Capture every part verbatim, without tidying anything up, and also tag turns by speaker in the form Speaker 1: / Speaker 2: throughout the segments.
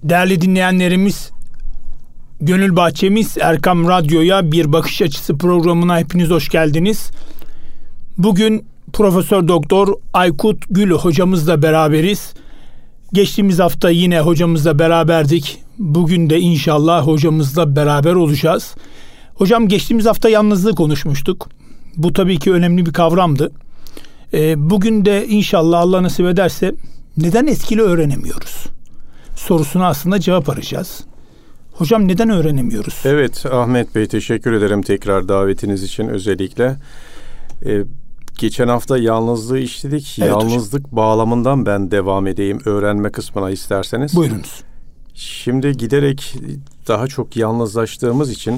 Speaker 1: Değerli dinleyenlerimiz, Gönül Bahçemiz Erkam Radyo'ya Bir Bakış Açısı programına hepiniz hoş geldiniz. Bugün Profesör Doktor Aykut Gül hocamızla beraberiz. Geçtiğimiz hafta yine hocamızla beraberdik. Bugün de inşallah hocamızla beraber olacağız. Hocam, geçtiğimiz hafta yalnızlığı konuşmuştuk. Bu tabii ki önemli bir kavramdı. Ee, bugün de inşallah Allah nasip ederse neden etkili öğrenemiyoruz sorusuna aslında cevap arayacağız. Hocam, neden öğrenemiyoruz?
Speaker 2: Evet Ahmet Bey, teşekkür ederim tekrar davetiniz için özellikle. Ee, geçen hafta yalnızlığı işledik. Evet, Yalnızlık hocam. Bağlamından ben devam edeyim öğrenme kısmına isterseniz.
Speaker 1: Buyurunuz.
Speaker 2: Şimdi giderek daha çok yalnızlaştığımız için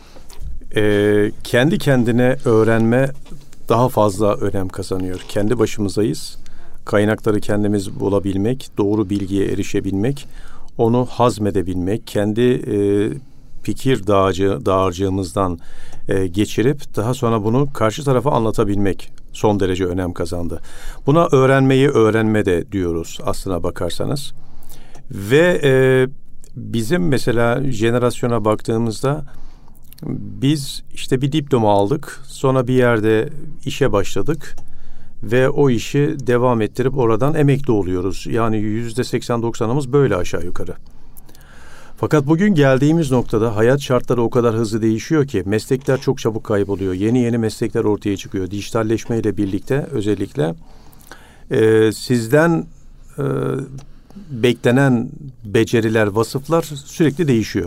Speaker 2: e, kendi kendine öğrenme daha fazla önem kazanıyor. Kendi başımızdayız. Kaynakları kendimiz bulabilmek, doğru bilgiye erişebilmek, onu hazmedebilmek, kendi e, fikir dağarcığı, dağarcığımızdan e, geçirip daha sonra bunu karşı tarafa anlatabilmek son derece önem kazandı. Buna öğrenmeyi öğrenme de diyoruz aslına bakarsanız. Ve e, bizim mesela jenerasyona baktığımızda biz işte bir diploma aldık, sonra bir yerde işe başladık ve o işi devam ettirip oradan emekli oluyoruz. Yani yüzde seksen doksanımız böyle aşağı yukarı. Fakat bugün geldiğimiz noktada hayat şartları o kadar hızlı değişiyor ki meslekler çok çabuk kayboluyor. Yeni yeni meslekler ortaya çıkıyor. Dijitalleşmeyle birlikte özellikle e, sizden e, beklenen beceriler, vasıflar sürekli değişiyor.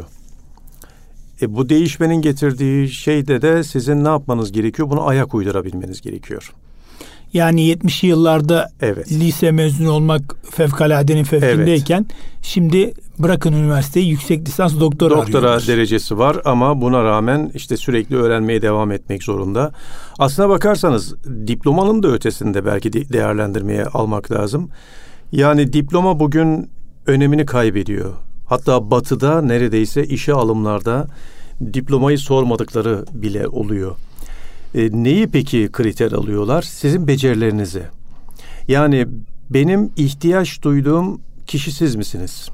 Speaker 2: E, bu değişmenin getirdiği şeyde de sizin ne yapmanız gerekiyor? Buna ayak uydurabilmeniz gerekiyor.
Speaker 1: Yani yetmişli yıllarda evet. lise mezunu olmak fevkaladenin fevkindeyken evet. şimdi bırakın üniversiteyi, yüksek lisans doktora
Speaker 2: Doktora
Speaker 1: arıyoruz.
Speaker 2: derecesi var ama buna rağmen işte sürekli öğrenmeye devam etmek zorunda. Aslına bakarsanız diplomanın da ötesinde belki de değerlendirmeye almak lazım. Yani diploma bugün önemini kaybediyor. Hatta Batı'da neredeyse işe alımlarda diplomayı sormadıkları bile oluyor. E, neyi peki kriter alıyorlar? Sizin becerilerinizi. Yani benim ihtiyaç duyduğum kişi siz misiniz?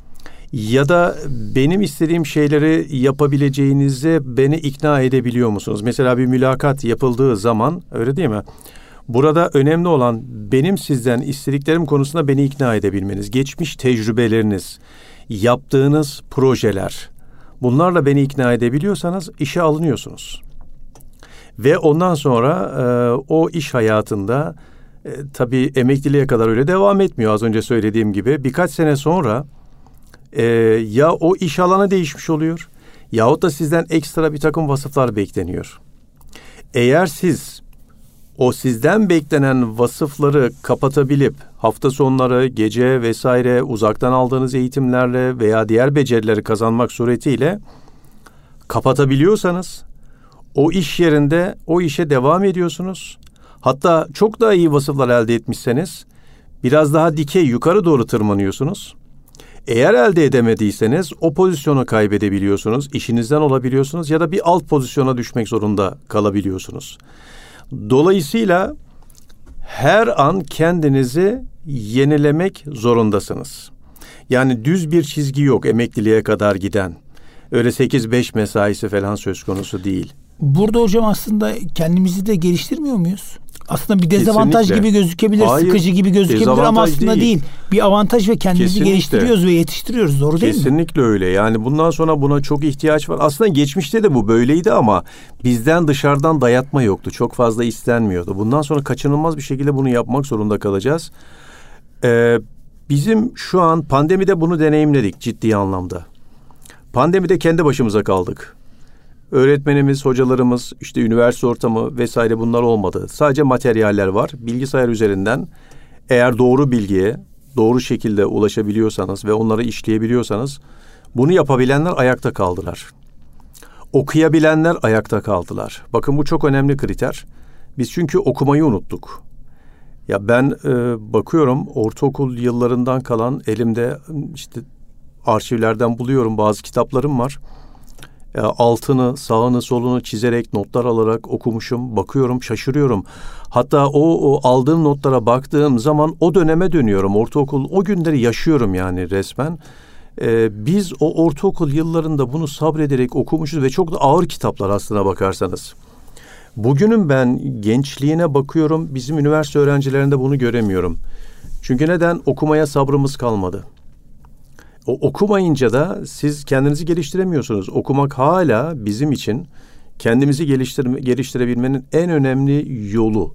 Speaker 2: Ya da benim istediğim şeyleri yapabileceğinize beni ikna edebiliyor musunuz? Mesela bir mülakat yapıldığı zaman, öyle değil mi? Burada önemli olan benim sizden istediklerim konusunda beni ikna edebilmeniz. Geçmiş tecrübeleriniz, yaptığınız projeler, bunlarla beni ikna edebiliyorsanız işe alınıyorsunuz. Ve ondan sonra e, o iş hayatında e, tabii emekliliğe kadar öyle devam etmiyor. Az önce söylediğim gibi birkaç sene sonra e, ya o iş alanı değişmiş oluyor yahut da sizden ekstra bir takım vasıflar bekleniyor. Eğer siz o sizden beklenen vasıfları kapatabilip hafta sonları, gece vesaire uzaktan aldığınız eğitimlerle veya diğer becerileri kazanmak suretiyle kapatabiliyorsanız o iş yerinde o işe devam ediyorsunuz. Hatta çok daha iyi vasıflar elde etmişseniz biraz daha dikey yukarı doğru tırmanıyorsunuz. Eğer elde edemediyseniz o pozisyonu kaybedebiliyorsunuz, işinizden olabiliyorsunuz ya da bir alt pozisyona düşmek zorunda kalabiliyorsunuz. Dolayısıyla her an kendinizi yenilemek zorundasınız. Yani düz bir çizgi yok emekliliğe kadar giden. Öyle sekiz beş mesaisi falan söz konusu değil.
Speaker 1: Burada hocam aslında kendimizi de geliştirmiyor muyuz? Aslında bir dezavantaj Kesinlikle. gibi gözükebilir, Hayır, sıkıcı gibi gözükebilir ama aslında değil. değil. Bir avantaj ve kendimizi Kesinlikle. geliştiriyoruz ve yetiştiriyoruz. Doğru değil mi?
Speaker 2: Kesinlikle öyle. Yani bundan sonra buna çok ihtiyaç var. Aslında geçmişte de bu böyleydi ama bizden dışarıdan dayatma yoktu. Çok fazla istenmiyordu. Bundan sonra kaçınılmaz bir şekilde bunu yapmak zorunda kalacağız. Ee, bizim şu an pandemide bunu deneyimledik ciddi anlamda. Pandemide kendi başımıza kaldık. Öğretmenimiz, hocalarımız, işte üniversite ortamı vesaire bunlar olmadı. Sadece materyaller var. Bilgisayar üzerinden eğer doğru bilgiye, doğru şekilde ulaşabiliyorsanız ve onları işleyebiliyorsanız bunu yapabilenler ayakta kaldılar. Okuyabilenler ayakta kaldılar. Bakın bu çok önemli kriter. Biz çünkü okumayı unuttuk. Ya ben e, bakıyorum ortaokul yıllarından kalan elimde işte arşivlerden buluyorum bazı kitaplarım var. E, altını, sağını, solunu çizerek, notlar alarak okumuşum. Bakıyorum, şaşırıyorum. Hatta o, o aldığım notlara baktığım zaman o döneme dönüyorum. Ortaokul, o günleri yaşıyorum yani resmen. Ee, biz o ortaokul yıllarında bunu sabrederek okumuşuz ve çok da ağır kitaplar aslına bakarsanız. Bugünün ben gençliğine bakıyorum, bizim üniversite öğrencilerinde bunu göremiyorum. Çünkü neden? Okumaya sabrımız kalmadı. O okumayınca da siz kendinizi geliştiremiyorsunuz. Okumak hala bizim için kendimizi geliştirme, geliştirebilmenin en önemli yolu.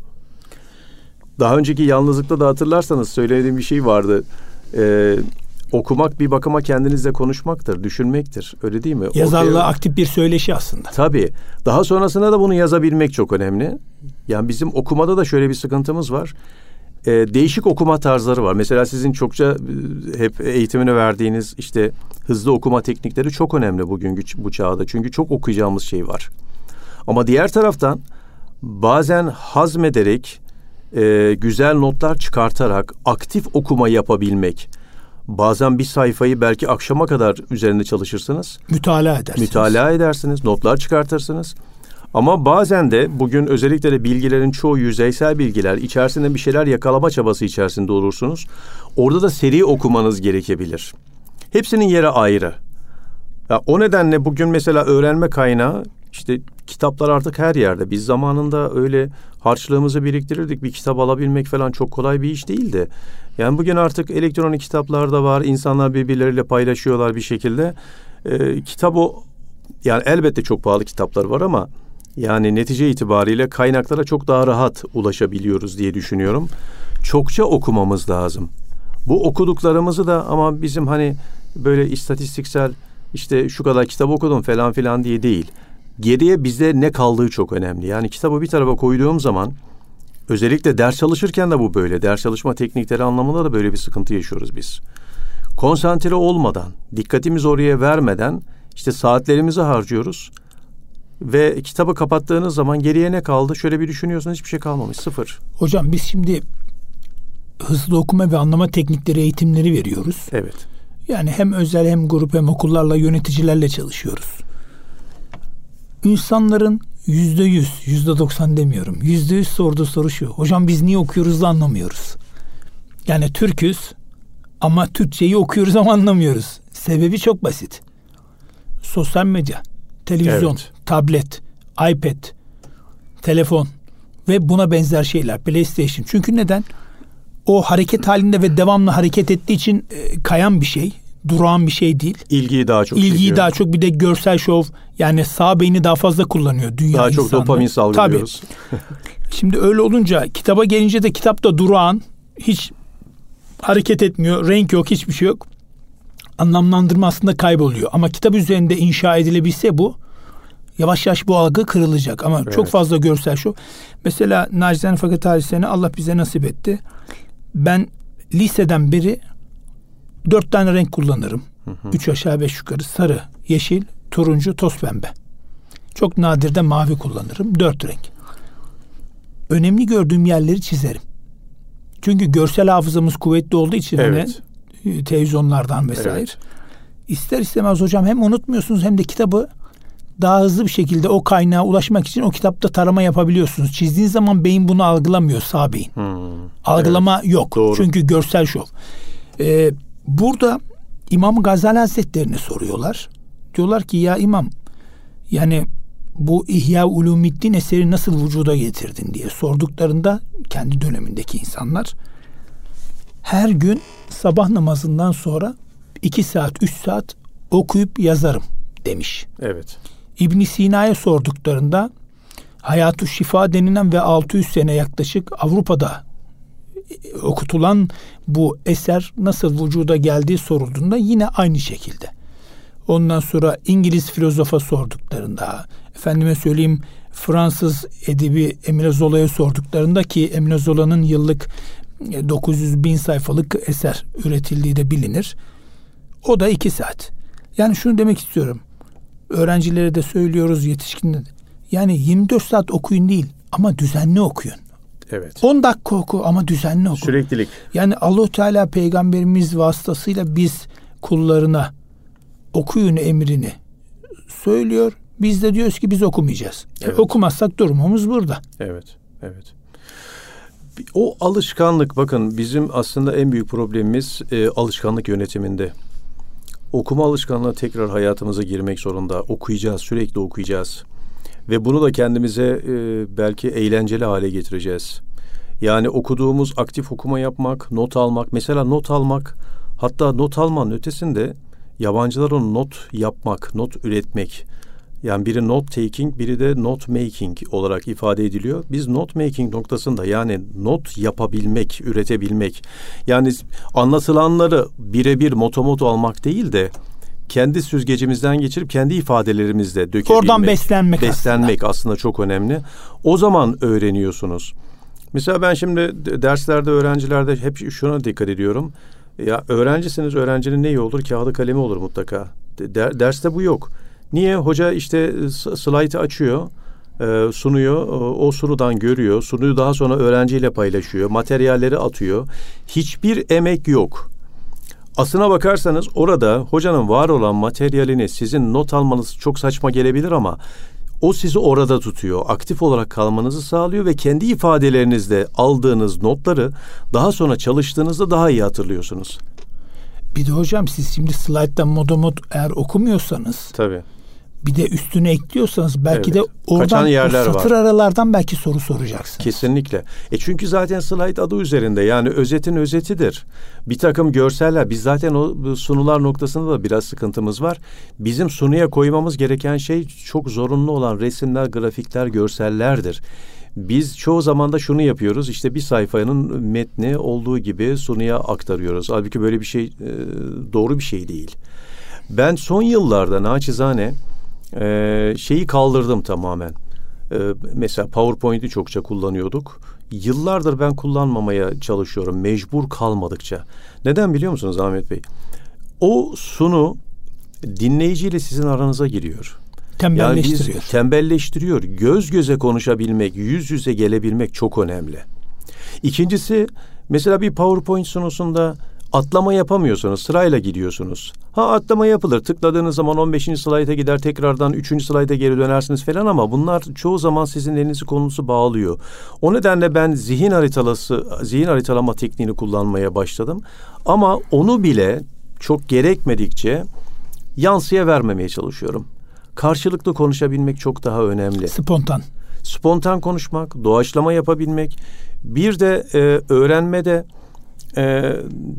Speaker 2: Daha önceki yalnızlıkta da hatırlarsanız söylediğim bir şey vardı. Ee, okumak bir bakıma kendinizle konuşmaktır, düşünmektir. Öyle değil mi?
Speaker 1: Yazarla okay. aktif bir söyleşi aslında.
Speaker 2: Tabii. Daha sonrasında da bunu yazabilmek çok önemli. Yani bizim okumada da şöyle bir sıkıntımız var. Ee, değişik okuma tarzları var. Mesela sizin çokça hep eğitimini verdiğiniz işte hızlı okuma teknikleri çok önemli bugün bu çağda. Çünkü çok okuyacağımız şey var. Ama diğer taraftan bazen hazmederek, e, güzel notlar çıkartarak aktif okuma yapabilmek. Bazen bir sayfayı belki akşama kadar üzerinde çalışırsınız.
Speaker 1: Mütalaa edersiniz.
Speaker 2: Mütalaa edersiniz, notlar çıkartırsınız. Ama bazen de bugün özellikle de bilgilerin çoğu yüzeysel bilgiler, içerisinde bir şeyler yakalama çabası içerisinde olursunuz. Orada da seri okumanız gerekebilir. Hepsinin yeri ayrı. Ya o nedenle bugün mesela öğrenme kaynağı, işte kitaplar artık her yerde. Biz zamanında öyle harçlığımızı biriktirirdik. Bir kitap alabilmek falan çok kolay bir iş değildi. Yani bugün artık elektronik kitaplar da var. İnsanlar birbirleriyle paylaşıyorlar bir şekilde. Ee, kitap o, yani elbette çok pahalı kitaplar var ama yani netice itibariyle kaynaklara çok daha rahat ulaşabiliyoruz diye düşünüyorum. Çokça okumamız lazım. Bu okuduklarımızı da ama bizim hani böyle istatistiksel işte şu kadar kitap okudum falan filan diye değil. Geriye bize ne kaldığı çok önemli. Yani kitabı bir tarafa koyduğum zaman özellikle ders çalışırken de bu böyle. Ders çalışma teknikleri anlamında da böyle bir sıkıntı yaşıyoruz biz. Konsantre olmadan, dikkatimizi oraya vermeden işte saatlerimizi harcıyoruz. Ve kitabı kapattığınız zaman geriye ne kaldı? Şöyle bir düşünüyorsunuz, hiçbir şey kalmamış, sıfır.
Speaker 1: Hocam biz şimdi hızlı okuma ve anlama teknikleri eğitimleri veriyoruz.
Speaker 2: Evet.
Speaker 1: Yani hem özel hem grup hem okullarla, yöneticilerle çalışıyoruz. İnsanların yüzde yüz, yüzde doksan demiyorum. Yüzde yüz sorduğu soru şu. Hocam biz niye okuyoruz da anlamıyoruz? Yani Türküz ama Türkçeyi okuyoruz ama anlamıyoruz. Sebebi çok basit. Sosyal medya, televizyon, evet. tablet, iPad, telefon ve buna benzer şeyler. PlayStation. Çünkü neden? O hareket halinde ve devamlı hareket ettiği için e, kayan bir şey. Durağan bir şey değil.
Speaker 2: İlgiyi daha çok
Speaker 1: İlgiyi
Speaker 2: çekiyor.
Speaker 1: daha çok, bir de görsel şov, yani sağ beyni daha fazla kullanıyor dünya
Speaker 2: daha
Speaker 1: insanları.
Speaker 2: Daha çok dopamin salgılıyoruz.
Speaker 1: Şimdi öyle olunca kitaba gelince de kitapta durağan, hiç hareket etmiyor, renk yok, hiçbir şey yok. Anlamlandırma aslında kayboluyor. Ama kitap üzerinde inşa edilebilse bu, yavaş yavaş bu algı kırılacak. Ama evet. çok fazla görsel şov. Mesela nacizane fakat halisane Allah bize nasip etti. Ben liseden beri dört tane renk kullanırım. Hı hı. Üç aşağı beş yukarı. Sarı, yeşil, turuncu, toz pembe. Çok nadir de mavi kullanırım. Dört renk. Önemli gördüğüm yerleri çizerim. Çünkü görsel hafızamız kuvvetli olduğu için evet. hani, televizyonlardan vesaire. Evet. İster istemez hocam hem unutmuyorsunuz hem de kitabı daha hızlı bir şekilde o kaynağa ulaşmak için o kitapta tarama yapabiliyorsunuz. Çizdiğiniz zaman beyin bunu algılamıyor, sağ beyin. Hmm. Algılama evet. yok. Doğru. Çünkü görsel şov. Ee, burada İmam Gazali Hazretleri'ne soruyorlar. Diyorlar ki ya imam, yani bu İhya Ulumuddin eseri nasıl vücuda getirdin diye sorduklarında kendi dönemindeki insanlar, her gün sabah namazından sonra iki saat, üç saat okuyup yazarım demiş.
Speaker 2: Evet.
Speaker 1: İbn Sina'ya sorduklarında Hayat-ı Şifa denilen ve altı yüz sene yaklaşık Avrupa'da okutulan bu eser nasıl vücuda geldiği sorulduğunda yine aynı şekilde. Ondan sonra İngiliz filozofa sorduklarında, efendime söyleyeyim Fransız edebi Emile Zola'ya sorduklarında, ki Emile Zola'nın yıllık dokuz yüz bin sayfalık eser üretildiği de bilinir. O da iki saat. Yani şunu demek istiyorum. Öğrencilere de söylüyoruz, yetişkinlere de. Yani yirmi dört saat okuyun değil ama düzenli okuyun.
Speaker 2: Evet.
Speaker 1: on dakika oku ama düzenli oku.
Speaker 2: Süreklilik.
Speaker 1: Yani Allah-u Teala peygamberimiz vasıtasıyla biz kullarına okuyun emrini söylüyor. Biz de diyoruz ki biz okumayacağız. Evet. E, okumazsak durumumuz burada.
Speaker 2: Evet. Evet. O alışkanlık, bakın bizim aslında en büyük problemimiz e, alışkanlık yönetiminde. okuma alışkanlığı tekrar hayatımıza girmek zorunda. Okuyacağız, sürekli okuyacağız. Ve bunu da kendimize e, belki eğlenceli hale getireceğiz. Yani okuduğumuz aktif okuma yapmak, not almak. Mesela not almak, hatta not almanın ötesinde yabancılar onu not yapmak, not üretmek. Yani biri note taking, biri de note making olarak ifade ediliyor. Biz note making noktasında, yani not yapabilmek, üretebilmek. Yani anlatılanları birebir motomoto almak değil de kendi süzgecimizden geçirip kendi ifadelerimizle dökebilmek.
Speaker 1: Oradan beslenmek,
Speaker 2: beslenmek
Speaker 1: aslında.
Speaker 2: aslında çok önemli. O zaman öğreniyorsunuz. Mesela ben şimdi derslerde, öğrencilerde hep şuna dikkat ediyorum. Ya öğrencisiniz, öğrencinin neyi olur? Kağıdı kalemi olur mutlaka. Der, derste bu yok. Niye? Hoca işte slaytı açıyor, e, sunuyor, o sunudan görüyor, sunuyu daha sonra öğrenciyle paylaşıyor, materyalleri atıyor. Hiçbir emek yok. Aslına bakarsanız orada hocanın var olan materyalini sizin not almanız çok saçma gelebilir ama o sizi orada tutuyor. Aktif olarak kalmanızı sağlıyor ve kendi ifadelerinizle aldığınız notları daha sonra çalıştığınızda daha iyi hatırlıyorsunuz.
Speaker 1: Bir de hocam siz şimdi slayttan modomot eğer okumuyorsanız,
Speaker 2: tabii,
Speaker 1: bir de üstüne ekliyorsanız belki evet, de oradan o satır var. Aralardan belki soru soracaksınız.
Speaker 2: Kesinlikle. E çünkü zaten slide adı üzerinde, yani özetin özetidir. Bir takım görseller, biz zaten o sunular noktasında da biraz sıkıntımız var. Bizim sunuya koymamız gereken şey çok zorunlu olan resimler, grafikler, görsellerdir. Biz çoğu zaman da şunu yapıyoruz, işte bir sayfanın metni olduğu gibi sunuya aktarıyoruz. Halbuki böyle bir şey doğru bir şey değil. Ben son yıllarda naçizane Ee, şeyi kaldırdım tamamen. Ee, mesela PowerPoint'i çokça kullanıyorduk. Yıllardır ben kullanmamaya çalışıyorum, mecbur kalmadıkça. Neden biliyor musunuz Ahmet Bey? O sunu dinleyiciyle sizin aranıza giriyor.
Speaker 1: Tembelleştiriyor.
Speaker 2: Yani tembelleştiriyor. Göz göze konuşabilmek, yüz yüze gelebilmek çok önemli. İkincisi, mesela bir PowerPoint sunusunda atlama yapamıyorsunuz. Sırayla gidiyorsunuz. Ha, atlama yapılır. Tıkladığınız zaman on beşinci slayta gider. Tekrardan üçüncü slayta geri dönersiniz falan ama bunlar çoğu zaman sizin elinizi kolunuzu bağlıyor. O nedenle ben zihin haritalaması, zihin haritalama tekniğini kullanmaya başladım. Ama onu bile çok gerekmedikçe yansıya vermemeye çalışıyorum. Karşılıklı konuşabilmek çok daha önemli.
Speaker 1: Spontan.
Speaker 2: Spontan konuşmak, doğaçlama yapabilmek. Bir de e, öğrenmede Ee,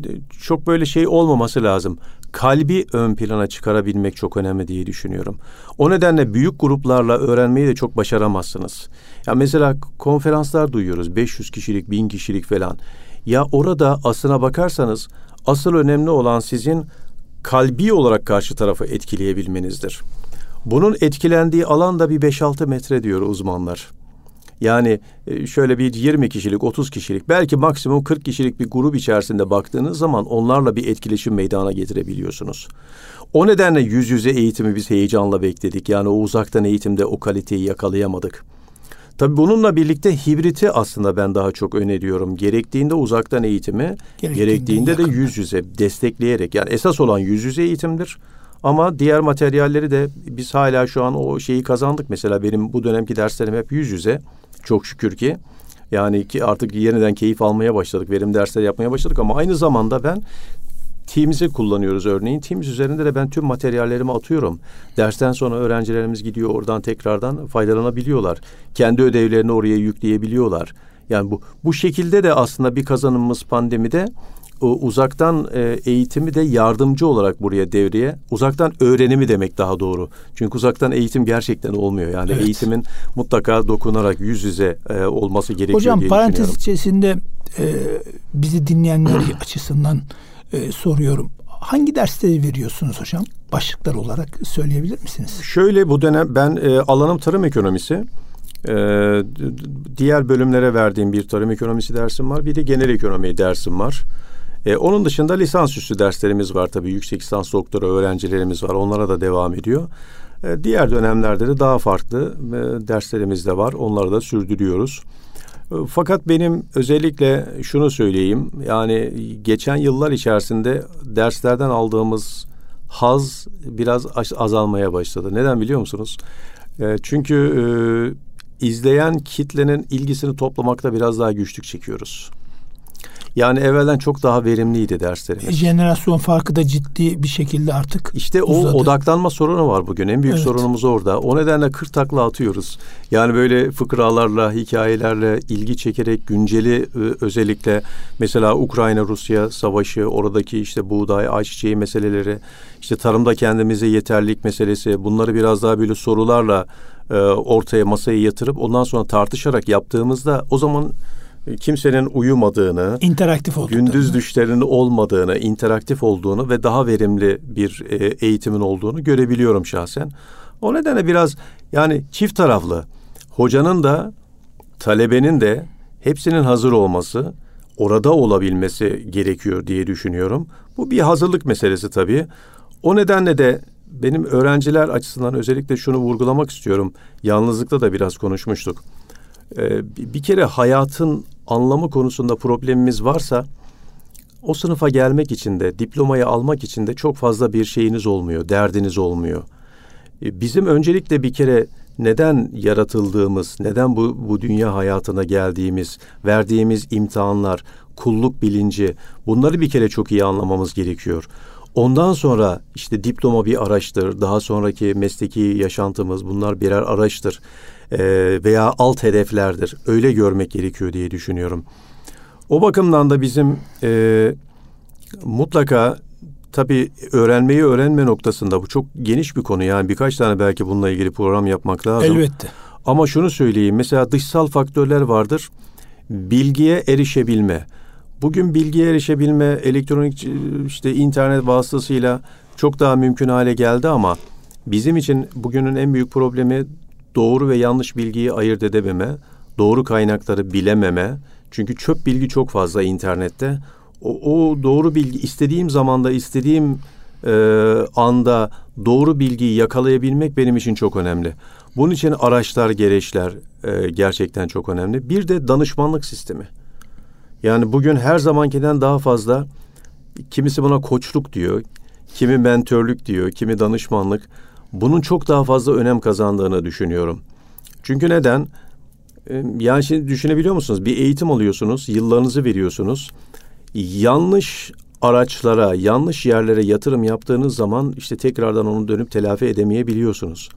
Speaker 2: çok böyle şey olmaması lazım. Kalbi ön plana çıkarabilmek çok önemli diye düşünüyorum. O nedenle büyük gruplarla öğrenmeyi de çok başaramazsınız. Ya mesela konferanslar duyuyoruz. beş yüz kişilik, bin kişilik falan. Ya orada aslına bakarsanız asıl önemli olan sizin kalbi olarak karşı tarafı etkileyebilmenizdir. Bunun etkilendiği alan da bir beş altı metre diyor uzmanlar. Yani şöyle bir yirmi kişilik, otuz kişilik, belki maksimum kırk kişilik bir grup içerisinde baktığınız zaman onlarla bir etkileşim meydana getirebiliyorsunuz. O nedenle yüz yüze eğitimi biz heyecanla bekledik. Yani o uzaktan eğitimde o kaliteyi yakalayamadık. Tabii bununla birlikte hibriti aslında ben daha çok öneriyorum. Gerektiğinde uzaktan eğitimi, gerektiğinde, gerektiğinde de yüz yüze destekleyerek. Yani esas olan yüz yüze eğitimdir. Ama diğer materyalleri de biz hala şu an o şeyi kazandık. Mesela benim bu dönemki derslerim hep yüz yüze. Çok şükür ki. Yani ki artık yeniden keyif almaya başladık. Verim dersleri yapmaya başladık ama aynı zamanda ben Teams'i kullanıyoruz örneğin. Teams üzerinde de ben tüm materyallerimi atıyorum. Dersten sonra öğrencilerimiz gidiyor oradan tekrardan faydalanabiliyorlar. Kendi ödevlerini oraya yükleyebiliyorlar. Yani bu bu şekilde de aslında bir kazanımımız pandemide. O uzaktan e, eğitimi de yardımcı olarak buraya devreye, uzaktan öğrenimi demek daha doğru. Çünkü uzaktan eğitim gerçekten olmuyor. Yani evet, eğitimin mutlaka dokunarak yüz yüze e, olması gerekiyor
Speaker 1: Hocam,
Speaker 2: diye
Speaker 1: parantez
Speaker 2: düşünüyorum.
Speaker 1: içerisinde e, bizi dinleyenler açısından e, soruyorum. Hangi dersleri veriyorsunuz hocam? Başlıklar olarak söyleyebilir misiniz?
Speaker 2: Şöyle, bu dönem ben e, alanım tarım ekonomisi. Ee, diğer bölümlere verdiğim bir tarım ekonomisi dersim var. Bir de genel ekonomi dersim var. Ee, onun dışında lisansüstü derslerimiz var tabii. Yüksek lisans doktora öğrencilerimiz var. Onlara da devam ediyor. Ee, diğer dönemlerde de daha farklı e, derslerimiz de var. Onları da sürdürüyoruz. E, fakat benim özellikle şunu söyleyeyim. Yani geçen yıllar içerisinde derslerden aldığımız haz biraz azalmaya başladı. Neden biliyor musunuz? E, çünkü e, izleyen kitlenin ilgisini toplamakta biraz daha güçlük çekiyoruz. Yani evvelden çok daha verimliydi derslerimiz.
Speaker 1: Jenerasyon farkı da ciddi bir şekilde artık
Speaker 2: İşte
Speaker 1: uzadı.
Speaker 2: O odaklanma sorunu var bugün. En büyük
Speaker 1: Evet.
Speaker 2: sorunumuz orada. O nedenle kırk takla atıyoruz. Yani böyle fıkralarla, hikayelerle ilgi çekerek günceli özellikle mesela Ukrayna-Rusya savaşı, oradaki işte buğday, ayçiçeği meseleleri, işte tarımda kendimize yeterlilik meselesi, bunları biraz daha böyle sorularla e, ortaya masaya yatırıp ondan sonra tartışarak yaptığımızda o zaman kimsenin uyumadığını,
Speaker 1: interaktif olduklarını,
Speaker 2: gündüz düşlerinin olmadığını, interaktif olduğunu ve daha verimli bir e, eğitimin olduğunu görebiliyorum şahsen. O nedenle biraz yani çift taraflı, hocanın da talebenin de hepsinin hazır olması, orada olabilmesi gerekiyor diye düşünüyorum. Bu bir hazırlık meselesi tabii. O nedenle de benim öğrenciler açısından özellikle şunu vurgulamak istiyorum. Yalnızlıkta da biraz konuşmuştuk. Ee, bir kere hayatın anlamı konusunda problemimiz varsa o sınıfa gelmek için de diplomayı almak için de çok fazla bir şeyiniz olmuyor, derdiniz olmuyor. Ee, bizim öncelikle bir kere neden yaratıldığımız, neden bu, bu dünya hayatına geldiğimiz, verdiğimiz imtihanlar, kulluk bilinci, bunları bir kere çok iyi anlamamız gerekiyor. Ondan sonra işte diploma bir araçtır, daha sonraki mesleki yaşantımız bunlar birer araçtır ee, veya alt hedeflerdir. Öyle görmek gerekiyor diye düşünüyorum. O bakımdan da bizim e, mutlaka tabii öğrenmeyi öğrenme noktasında bu çok geniş bir konu. Yani birkaç tane belki bununla ilgili program yapmak lazım.
Speaker 1: Elbette.
Speaker 2: Ama şunu söyleyeyim, mesela dışsal faktörler vardır. Bilgiye erişebilme. Bugün bilgiye erişebilme elektronik işte internet vasıtasıyla çok daha mümkün hale geldi ama bizim için bugünün en büyük problemi doğru ve yanlış bilgiyi ayırt edememe, doğru kaynakları bilememe. Çünkü çöp bilgi çok fazla internette. O, o doğru bilgi istediğim zamanda, istediğim e, anda doğru bilgiyi yakalayabilmek benim için çok önemli. Bunun için araçlar, gereçler e, gerçekten çok önemli. Bir de danışmanlık sistemi. Yani bugün her zamankinden daha fazla, kimisi buna koçluk diyor, kimi mentörlük diyor, kimi danışmanlık. Bunun çok daha fazla önem kazandığını düşünüyorum. Çünkü neden? Yani şimdi düşünebiliyor musunuz? Bir eğitim alıyorsunuz, yıllarınızı veriyorsunuz. Yanlış araçlara, yanlış yerlere yatırım yaptığınız zaman işte tekrardan onu dönüp telafi edemeyebiliyorsunuz.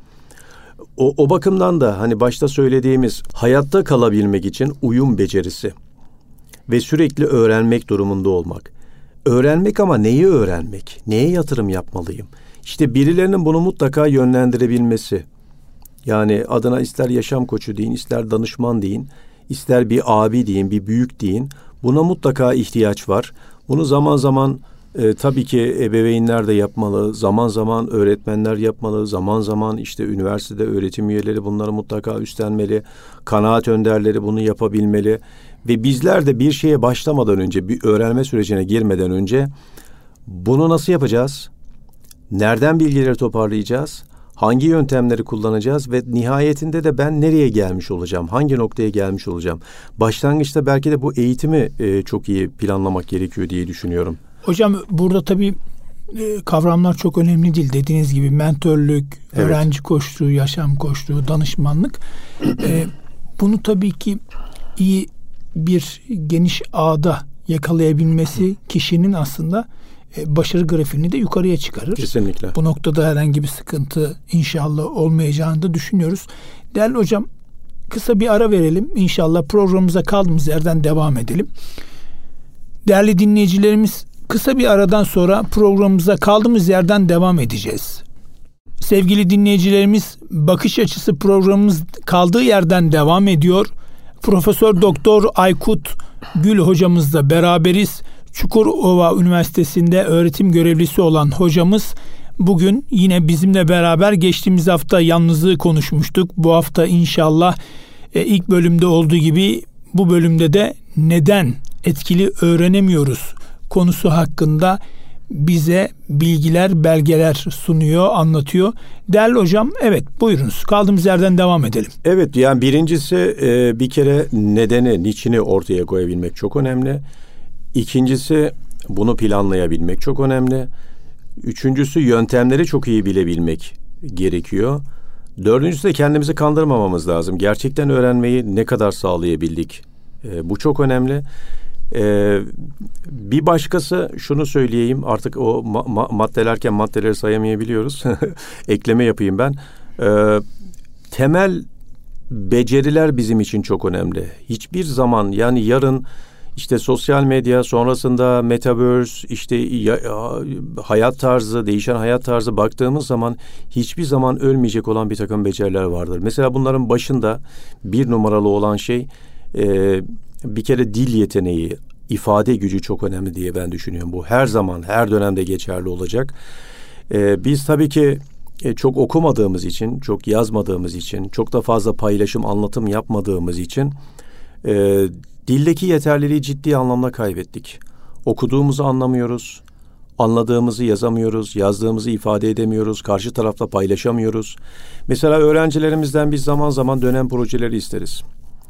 Speaker 2: O, o bakımdan da hani başta söylediğimiz hayatta kalabilmek için uyum becerisi ve sürekli öğrenmek durumunda olmak. Öğrenmek ama neyi öğrenmek? Neye yatırım yapmalıyım? İşte birilerinin bunu mutlaka yönlendirebilmesi. Yani adına ister yaşam koçu deyin, ister danışman deyin, ister bir abi deyin, bir büyük deyin. Buna mutlaka ihtiyaç var. Bunu zaman zaman e, tabii ki ebeveynler de yapmalı, zaman zaman öğretmenler yapmalı, zaman zaman işte üniversitede öğretim üyeleri bunları mutlaka üstlenmeli, kanaat önderleri bunu yapabilmeli. Ve bizler de bir şeye başlamadan önce, bir öğrenme sürecine girmeden önce bunu nasıl yapacağız? Nereden bilgileri toparlayacağız? Hangi yöntemleri kullanacağız ve nihayetinde de ben nereye gelmiş olacağım? Hangi noktaya gelmiş olacağım? Başlangıçta belki de bu eğitimi e, çok iyi planlamak gerekiyor diye düşünüyorum.
Speaker 1: Hocam burada tabii e, kavramlar çok önemli değil. Dediğiniz gibi mentörlük, evet. öğrenci koçluğu, yaşam koçluğu, danışmanlık. E, bunu tabii ki iyi bir geniş ağda yakalayabilmesi kişinin aslında başarı grafiğini de yukarıya çıkarır.
Speaker 2: Kesinlikle.
Speaker 1: Bu noktada herhangi bir sıkıntı inşallah olmayacağını da düşünüyoruz. Değerli hocam, kısa bir ara verelim. İnşallah programımıza kaldığımız yerden devam edelim. Değerli dinleyicilerimiz, kısa bir aradan sonra programımıza kaldığımız yerden devam edeceğiz. Sevgili dinleyicilerimiz, Bakış Açısı programımız kaldığı yerden devam ediyor. Profesör Doktor Aykut Gül hocamızla beraberiz. Çukurova Üniversitesi'nde öğretim görevlisi olan hocamız bugün yine bizimle beraber. Geçtiğimiz hafta yalnızlığı konuşmuştuk. Bu hafta inşallah e, ilk bölümde olduğu gibi bu bölümde de neden etkili öğrenemiyoruz konusu hakkında bize bilgiler, belgeler sunuyor, anlatıyor. Değerli hocam, evet buyurunuz. Kaldığımız yerden devam edelim.
Speaker 2: Evet, yani birincisi e, bir kere nedeni, niçini ortaya koyabilmek çok önemli. İkincisi bunu planlayabilmek çok önemli. Üçüncüsü yöntemleri çok iyi bilebilmek gerekiyor. Dördüncüsü de kendimizi kandırmamamız lazım. Gerçekten öğrenmeyi ne kadar sağlayabildik? E, bu çok önemli. Ee, bir başkası, şunu söyleyeyim, artık o ma- ma- maddelerken maddeleri sayamayabiliyoruz. Ekleme yapayım ben. Ee, temel beceriler bizim için çok önemli. Hiçbir zaman, yani yarın işte sosyal medya, sonrasında metaverse, işte ya, hayat tarzı, değişen hayat tarzı baktığımız zaman hiçbir zaman ölmeyecek olan bir takım beceriler vardır. Mesela bunların başında bir numaralı olan şey e, bir kere dil yeteneği, ifade gücü çok önemli diye ben düşünüyorum. Bu her zaman, her dönemde geçerli olacak. E, biz tabii ki e, çok okumadığımız için, çok yazmadığımız için, çok da fazla paylaşım, anlatım yapmadığımız için e, dildeki yeterliliği ciddi anlamda kaybettik. Okuduğumuzu anlamıyoruz, anladığımızı yazamıyoruz, yazdığımızı ifade edemiyoruz, karşı tarafla paylaşamıyoruz. Mesela öğrencilerimizden biz zaman zaman dönem projeleri isteriz.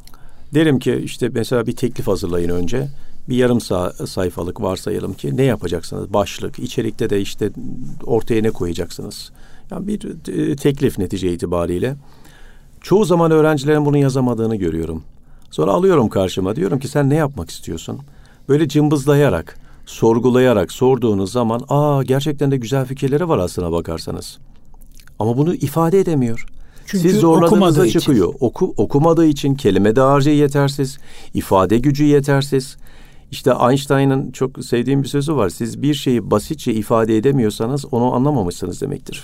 Speaker 2: Derim ki işte mesela bir teklif hazırlayın önce. Bir yarım sayfalık varsayalım ki ne yapacaksınız? Başlık, içerikte de işte ortaya ne koyacaksınız? Yani bir teklif netice itibariyle. Çoğu zaman öğrencilerin bunu yazamadığını görüyorum. Sonra alıyorum karşıma, diyorum ki sen ne yapmak istiyorsun? Böyle cımbızlayarak, sorgulayarak sorduğunuz zaman aa gerçekten de güzel fikirleri var aslına bakarsanız. Ama bunu ifade edemiyor.
Speaker 1: Çünkü
Speaker 2: siz zorladığınızda
Speaker 1: için.
Speaker 2: çıkıyor. Oku, okumadığı için kelime dağarcığı yetersiz, ifade gücü yetersiz. İşte Einstein'ın çok sevdiğim bir sözü var. Siz bir şeyi basitçe ifade edemiyorsanız onu anlamamışsınız demektir.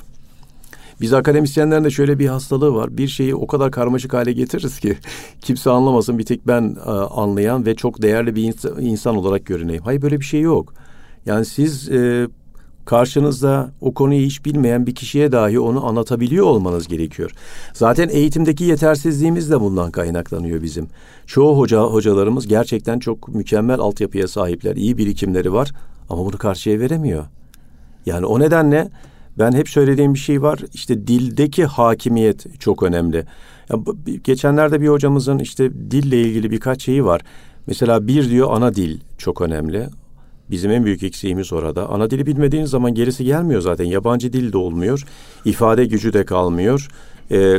Speaker 2: Biz akademisyenlerin de şöyle bir hastalığı var. Bir şeyi o kadar karmaşık hale getiririz ki kimse anlamasın, bir tek ben e, anlayan ve çok değerli bir insan, insan olarak görüneyim. Hayır, böyle bir şey yok. Yani siz e, karşınızda o konuyu hiç bilmeyen bir kişiye dahi onu anlatabiliyor olmanız gerekiyor. Zaten eğitimdeki yetersizliğimiz de bundan kaynaklanıyor bizim. Çoğu hoca hocalarımız gerçekten çok mükemmel altyapıya sahipler, iyi birikimleri var ama bunu karşıya veremiyor. Yani o nedenle ben hep söylediğim bir şey var. İşte dildeki hakimiyet çok önemli. Ya, geçenlerde bir hocamızın işte dille ilgili birkaç şeyi var. Mesela bir diyor, ana dil çok önemli. Bizim en büyük eksiğimiz orada. Ana dili bilmediğiniz zaman gerisi gelmiyor zaten. Yabancı dil de olmuyor. İfade gücü de kalmıyor. Ee,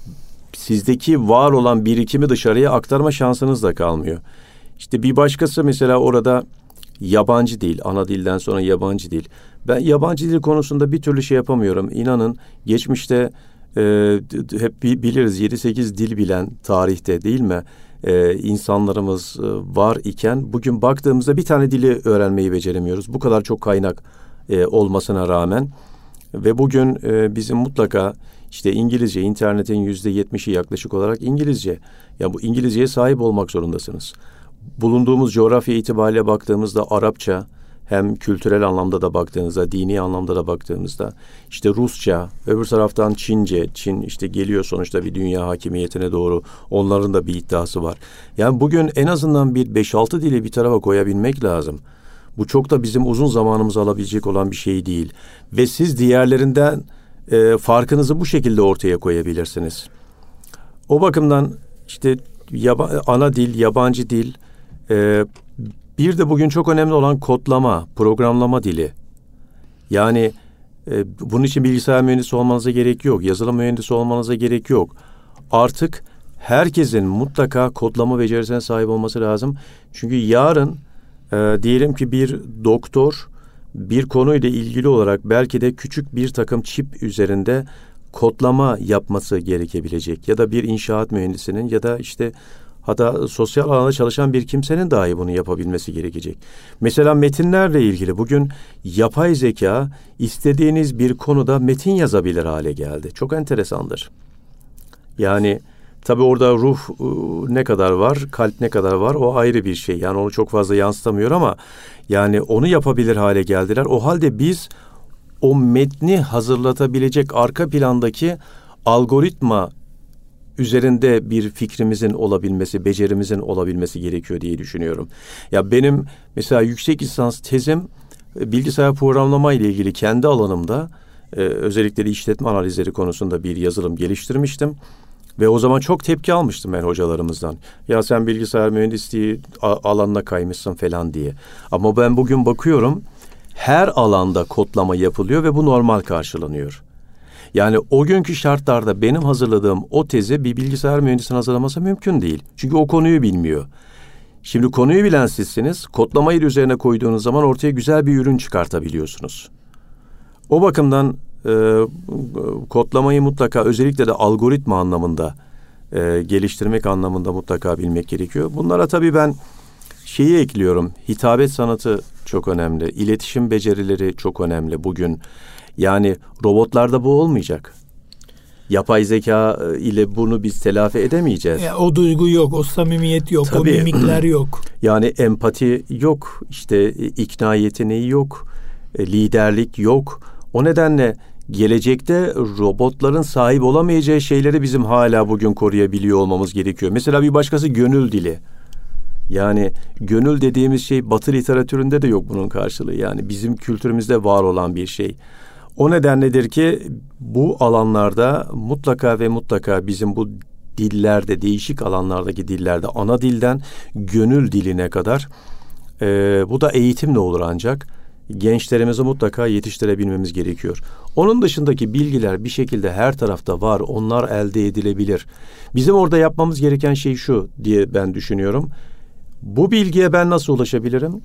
Speaker 2: sizdeki var olan birikimi dışarıya aktarma şansınız da kalmıyor. İşte bir başkası mesela orada yabancı dil, ana dilden sonra yabancı dil. Ben yabancı dil konusunda bir türlü şey yapamıyorum. İnanın geçmişte e, hep biliriz yedi sekiz dil bilen tarihte, değil mi? Ee, insanlarımız e, var iken bugün baktığımızda bir tane dili öğrenmeyi beceremiyoruz. Bu kadar çok kaynak e, olmasına rağmen ve bugün e, bizim mutlaka işte İngilizce, internetin yüzde yetmişi yaklaşık olarak İngilizce. Ya bu İngilizceye sahip olmak zorundasınız. Bulunduğumuz coğrafya itibariyle baktığımızda Arapça, hem kültürel anlamda da baktığınızda, dini anlamda da baktığımızda, işte Rusça, öbür taraftan Çince, Çin işte geliyor sonuçta bir dünya hakimiyetine doğru, onların da bir iddiası var. Yani bugün en azından bir beş altı dili bir tarafa koyabilmek lazım. Bu çok da bizim uzun zamanımızı alabilecek olan bir şey değil. Ve siz diğerlerinden e, farkınızı bu şekilde ortaya koyabilirsiniz. O bakımdan işte yaba, ana dil, yabancı dil, e, bir de bugün çok önemli olan kodlama, programlama dili. Yani e, bunun için bilgisayar mühendisi olmanıza gerek yok. Yazılım mühendisi olmanıza gerek yok. Artık herkesin mutlaka kodlama becerisine sahip olması lazım. Çünkü yarın e, diyelim ki bir doktor bir konuyla ilgili olarak belki de küçük bir takım çip üzerinde kodlama yapması gerekebilecek. Ya da bir inşaat mühendisinin ya da işte hatta sosyal alanda çalışan bir kimsenin dahi bunu yapabilmesi gerekecek. Mesela metinlerle ilgili bugün yapay zeka istediğiniz bir konuda metin yazabilir hale geldi. Çok enteresandır. Yani tabii orada ruh ne kadar var, kalp ne kadar var, o ayrı bir şey. Yani onu çok fazla yansıtamıyor ama yani onu yapabilir hale geldiler. O halde biz o metni hazırlatabilecek arka plandaki algoritma üzerinde bir fikrimizin olabilmesi, becerimizin olabilmesi gerekiyor diye düşünüyorum. Ya benim mesela yüksek lisans tezim bilgisayar programlama ile ilgili kendi alanımda e, özellikle de işletme analizleri konusunda bir yazılım geliştirmiştim. Ve o zaman çok tepki almıştım ben hocalarımızdan. Ya sen bilgisayar mühendisliği alanına kaymışsın falan diye. Ama ben bugün bakıyorum her alanda kodlama yapılıyor ve bu normal karşılanıyor. Yani o günkü şartlarda benim hazırladığım o tezi bir bilgisayar mühendisinin hazırlaması mümkün değil. Çünkü o konuyu bilmiyor. Şimdi konuyu bilen sizsiniz. Kodlamayı da üzerine koyduğunuz zaman ortaya güzel bir ürün çıkartabiliyorsunuz. O bakımdan e, kodlamayı mutlaka özellikle de algoritma anlamında e, geliştirmek anlamında mutlaka bilmek gerekiyor. Bunlara tabii ben şeyi ekliyorum. Hitabet sanatı çok önemli. İletişim becerileri çok önemli bugün. Yani robotlarda bu olmayacak. Yapay zeka ile bunu biz telafi edemeyeceğiz.
Speaker 1: Ya, o duygu yok, o samimiyet yok, tabii, o mimikler yok.
Speaker 2: Yani empati yok, işte ikna yeteneği yok, liderlik yok. O nedenle gelecekte robotların sahip olamayacağı şeyleri bizim hala bugün koruyabiliyor olmamız gerekiyor. Mesela bir başkası gönül dili. Yani gönül dediğimiz şey Batı literatüründe de yok bunun karşılığı. Yani bizim kültürümüzde var olan bir şey. O nedenledir ki bu alanlarda mutlaka ve mutlaka bizim bu dillerde, değişik alanlardaki dillerde ana dilden gönül diline kadar e, bu da eğitimle olur ancak gençlerimizi mutlaka yetiştirebilmemiz gerekiyor. Onun dışındaki bilgiler bir şekilde her tarafta var, onlar elde edilebilir. Bizim orada yapmamız gereken şey şu diye ben düşünüyorum. Bu bilgiye ben nasıl ulaşabilirim?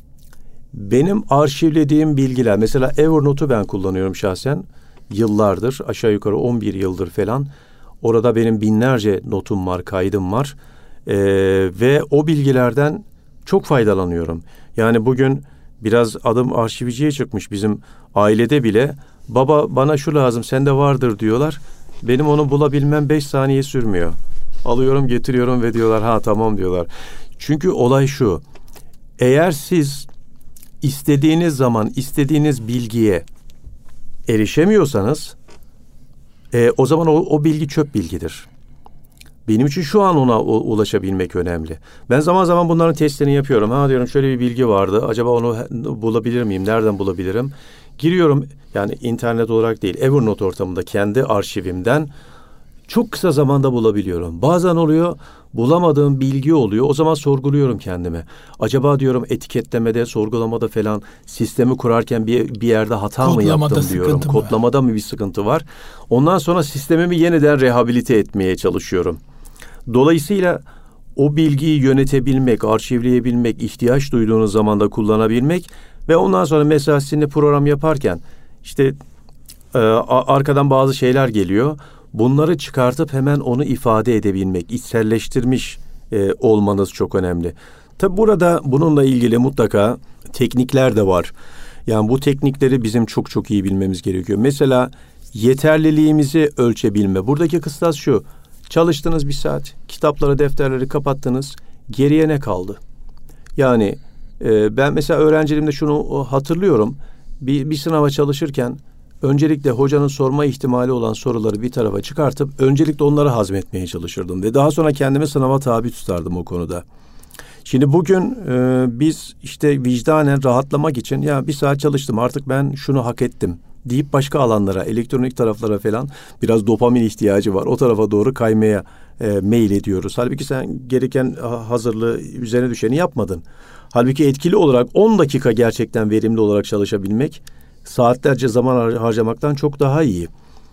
Speaker 2: Benim arşivlediğim bilgiler, mesela Evernote'u ben kullanıyorum şahsen. Yıllardır, aşağı yukarı on bir yıldır falan. Orada benim binlerce notum var, kaydım var. Ee, ve o bilgilerden çok faydalanıyorum. Yani bugün biraz adım arşivciye çıkmış bizim ailede bile. Baba bana şu lazım, sende vardır diyorlar. Benim onu bulabilmem beş saniye sürmüyor. Alıyorum, getiriyorum ve diyorlar ha tamam diyorlar. Çünkü olay şu. Eğer siz istediğiniz zaman istediğiniz bilgiye erişemiyorsanız e, o zaman o, o bilgi çöp bilgidir. Benim için şu an ona o, ulaşabilmek önemli. Ben zaman zaman bunların testlerini yapıyorum. Ha diyorum şöyle bir bilgi vardı. Acaba onu bulabilir miyim? Nereden bulabilirim? Giriyorum, yani internet olarak değil, Evernote ortamında kendi arşivimden çok kısa zamanda bulabiliyorum. Bazen oluyor, bulamadığım bilgi oluyor. O zaman sorguluyorum kendime. Acaba diyorum etiketlemede, sorgulamada falan sistemi kurarken bir, bir yerde hata
Speaker 1: Kodlamada
Speaker 2: mı yaptım diyorum.
Speaker 1: Mı?
Speaker 2: Kodlamada mı bir sıkıntı var? Ondan sonra sistemimi yeniden rehabilite etmeye çalışıyorum. Dolayısıyla o bilgiyi yönetebilmek, arşivleyebilmek, ihtiyaç duyduğunuz zaman da kullanabilmek ve ondan sonra mesela sizinle program yaparken işte e, arkadan bazı şeyler geliyor. Bunları çıkartıp hemen onu ifade edebilmek, içselleştirmiş e, olmanız çok önemli. Tabi burada bununla ilgili mutlaka teknikler de var. Yani bu teknikleri bizim çok çok iyi bilmemiz gerekiyor. Mesela yeterliliğimizi ölçebilme. Buradaki kıstas şu. Çalıştınız bir saat, kitapları, defterleri kapattınız. Geriye ne kaldı? Yani e, ben mesela öğrenciliğimde şunu hatırlıyorum. Bir, bir sınava çalışırken öncelikle hocanın sorma ihtimali olan soruları bir tarafa çıkartıp öncelikle onları hazmetmeye çalışırdım ve daha sonra kendimi sınava tabi tutardım o konuda. Şimdi bugün e, biz işte vicdanen rahatlamak için ya bir saat çalıştım artık ben şunu hak ettim deyip başka alanlara, elektronik taraflara falan biraz dopamin ihtiyacı var. O tarafa doğru kaymaya e, meyil ediyoruz. Halbuki sen gereken hazırlığı, üzerine düşeni yapmadın. Halbuki etkili olarak on dakika gerçekten verimli olarak çalışabilmek saatlerce zaman harcamaktan çok daha iyi.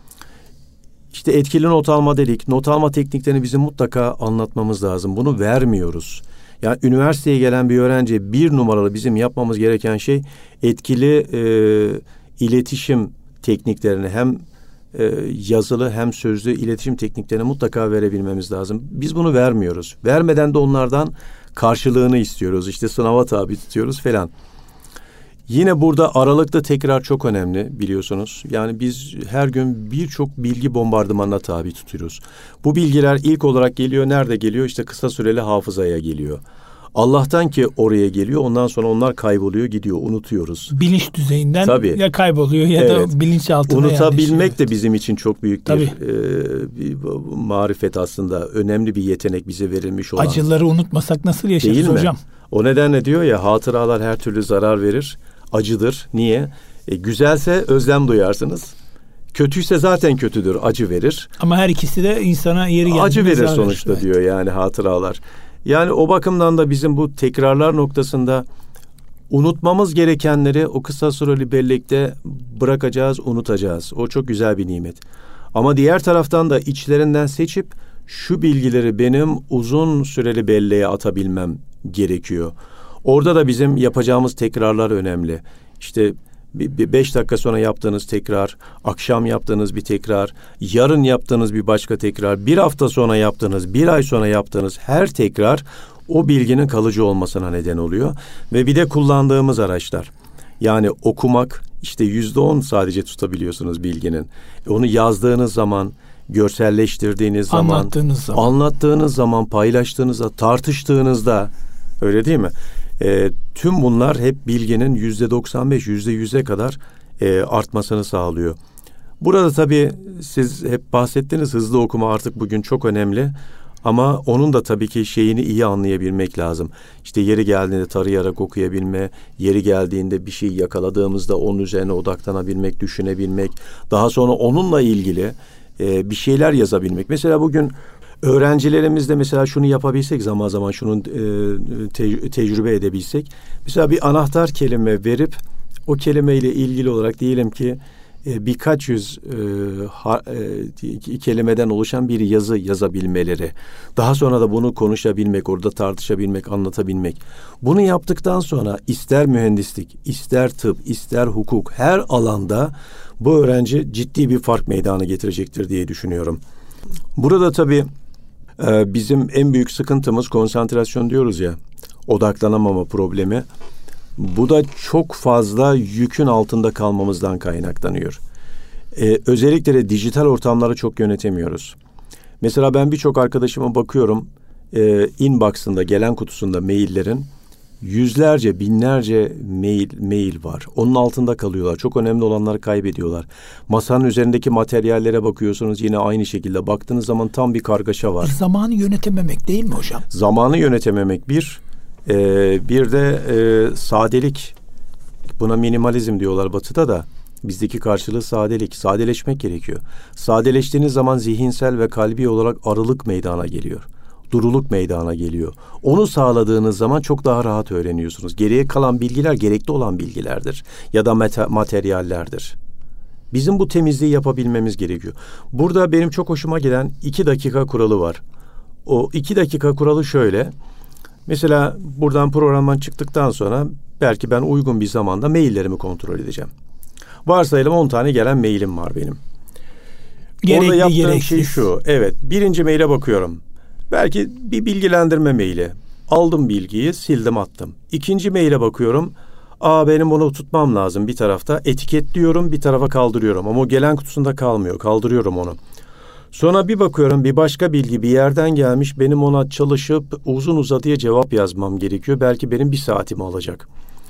Speaker 2: İşte etkili not alma dedik. Not alma tekniklerini bizim mutlaka anlatmamız lazım. Bunu vermiyoruz. Yani üniversiteye gelen bir öğrenci bir numaralı bizim yapmamız gereken şey etkili e, iletişim tekniklerini hem e, yazılı hem sözlü iletişim tekniklerini mutlaka verebilmemiz lazım. Biz bunu vermiyoruz. Vermeden de onlardan karşılığını istiyoruz. İşte sınava tabi tutuyoruz falan. Yine burada aralıklı tekrar çok önemli biliyorsunuz. Yani biz her gün birçok bilgi bombardımanına tabi tutuyoruz. Bu bilgiler ilk olarak geliyor. Nerede geliyor? İşte kısa süreli hafızaya geliyor. Allah'tan ki oraya geliyor. Ondan sonra onlar kayboluyor, gidiyor. Unutuyoruz.
Speaker 1: Bilinç düzeyinden Tabii. ya kayboluyor ya
Speaker 2: evet.
Speaker 1: da bilinçaltına
Speaker 2: unutabilmek de bizim için çok büyük bir, e, bir marifet aslında. Önemli bir yetenek bize verilmiş olan.
Speaker 1: Acıları unutmasak nasıl yaşarız
Speaker 2: Değil
Speaker 1: hocam?
Speaker 2: Mi? O nedenle diyor ya hatıralar her türlü zarar verir. Acıdır. Niye? E, güzelse özlem duyarsınız. Kötüyse zaten kötüdür. Acı verir.
Speaker 1: Ama her ikisi de insana yeri geldiğinde
Speaker 2: acı verir sonuçta
Speaker 1: evet.
Speaker 2: diyor yani hatıralar. Yani o bakımdan da bizim bu tekrarlar noktasında unutmamız gerekenleri o kısa süreli bellekte bırakacağız, unutacağız. O çok güzel bir nimet. Ama diğer taraftan da içlerinden seçip şu bilgileri benim uzun süreli belleğe atabilmem gerekiyor. Orada da bizim yapacağımız tekrarlar önemli. İşte bir beş dakika sonra yaptığınız tekrar, akşam yaptığınız bir tekrar, yarın yaptığınız bir başka tekrar, bir hafta sonra yaptığınız, bir ay sonra yaptığınız her tekrar o bilginin kalıcı olmasına neden oluyor. Ve bir de kullandığımız araçlar. Yani okumak, işte yüzde on sadece tutabiliyorsunuz bilginin. Onu yazdığınız zaman, görselleştirdiğiniz zaman,
Speaker 1: anlattığınız zaman,
Speaker 2: anlattığınız zaman, paylaştığınızda, tartıştığınızda, öyle değil mi? E, tüm bunlar hep bilginin yüzde doksan beş, yüzde yüze kadar e, artmasını sağlıyor. Burada tabii siz hep bahsettiniz, hızlı okuma artık bugün çok önemli. Ama onun da tabii ki şeyini iyi anlayabilmek lazım. İşte yeri geldiğinde tarayarak okuyabilme, yeri geldiğinde bir şey yakaladığımızda onun üzerine odaklanabilmek, düşünebilmek, daha sonra onunla ilgili e, bir şeyler yazabilmek. Mesela bugün öğrencilerimizde mesela şunu yapabilsek, zaman zaman şunu e, te- tecrübe edebilsek. Mesela bir anahtar kelime verip o kelimeyle ilgili olarak diyelim ki e, birkaç yüz e, ha, e, kelimeden oluşan bir yazı yazabilmeleri. Daha sonra da bunu konuşabilmek, orada tartışabilmek, anlatabilmek. Bunu yaptıktan sonra ister mühendislik, ister tıp, ister hukuk, her alanda bu öğrenci ciddi bir fark meydana getirecektir diye düşünüyorum. Burada tabii e, bizim en büyük sıkıntımız konsantrasyon diyoruz ya, odaklanamama problemi. Bu da çok fazla yükün altında kalmamızdan kaynaklanıyor. Ee, özellikle de dijital ortamları çok yönetemiyoruz. Mesela ben birçok arkadaşıma bakıyorum, e, inbox'ında, gelen kutusunda maillerin yüzlerce, binlerce mail, mail var. Onun altında kalıyorlar. Çok önemli olanları kaybediyorlar. Masanın üzerindeki materyallere bakıyorsunuz, yine aynı şekilde. Baktığınız zaman tam bir kargaşa var.
Speaker 1: Zamanı yönetememek değil mi hocam?
Speaker 2: Zamanı yönetememek bir... Ee, bir de e, sadelik, buna minimalizm diyorlar Batı'da da, bizdeki karşılığı sadelik. Sadeleşmek gerekiyor. Sadeleştiğiniz zaman zihinsel ve kalbi olarak arılık meydana geliyor. Duruluk meydana geliyor. Onu sağladığınız zaman çok daha rahat öğreniyorsunuz. Geriye kalan bilgiler gerekli olan bilgilerdir ya da meta- materyallerdir. Bizim bu temizliği yapabilmemiz gerekiyor. Burada benim çok hoşuma giden iki dakika kuralı var. O iki dakika kuralı şöyle. Mesela buradan programdan çıktıktan sonra belki ben uygun bir zamanda maillerimi kontrol edeceğim. Varsayalım on tane gelen mailim var benim.
Speaker 1: Gerekli,
Speaker 2: orada yaptığım
Speaker 1: gereksiz.
Speaker 2: şey şu. Evet, birinci maile bakıyorum. Belki bir bilgilendirme maili. Aldım bilgiyi, sildim, attım. İkinci maile bakıyorum. Aa, benim bunu tutmam lazım bir tarafta. Etiketliyorum, bir tarafa kaldırıyorum. Ama o gelen kutusunda kalmıyor. Kaldırıyorum onu. Sonra bir bakıyorum, bir başka bilgi bir yerden gelmiş. Benim ona çalışıp uzun uzadıya cevap yazmam gerekiyor. Belki benim bir saatimi alacak.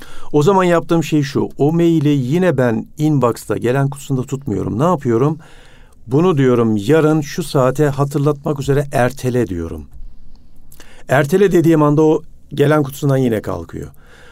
Speaker 2: O zaman yaptığım şey şu. O maili yine ben inbox'ta, gelen kutusunda tutmuyorum. Ne yapıyorum? Bunu diyorum yarın şu saate hatırlatmak üzere ertele diyorum. Ertele dediğim anda o gelen kutusundan yine kalkıyor.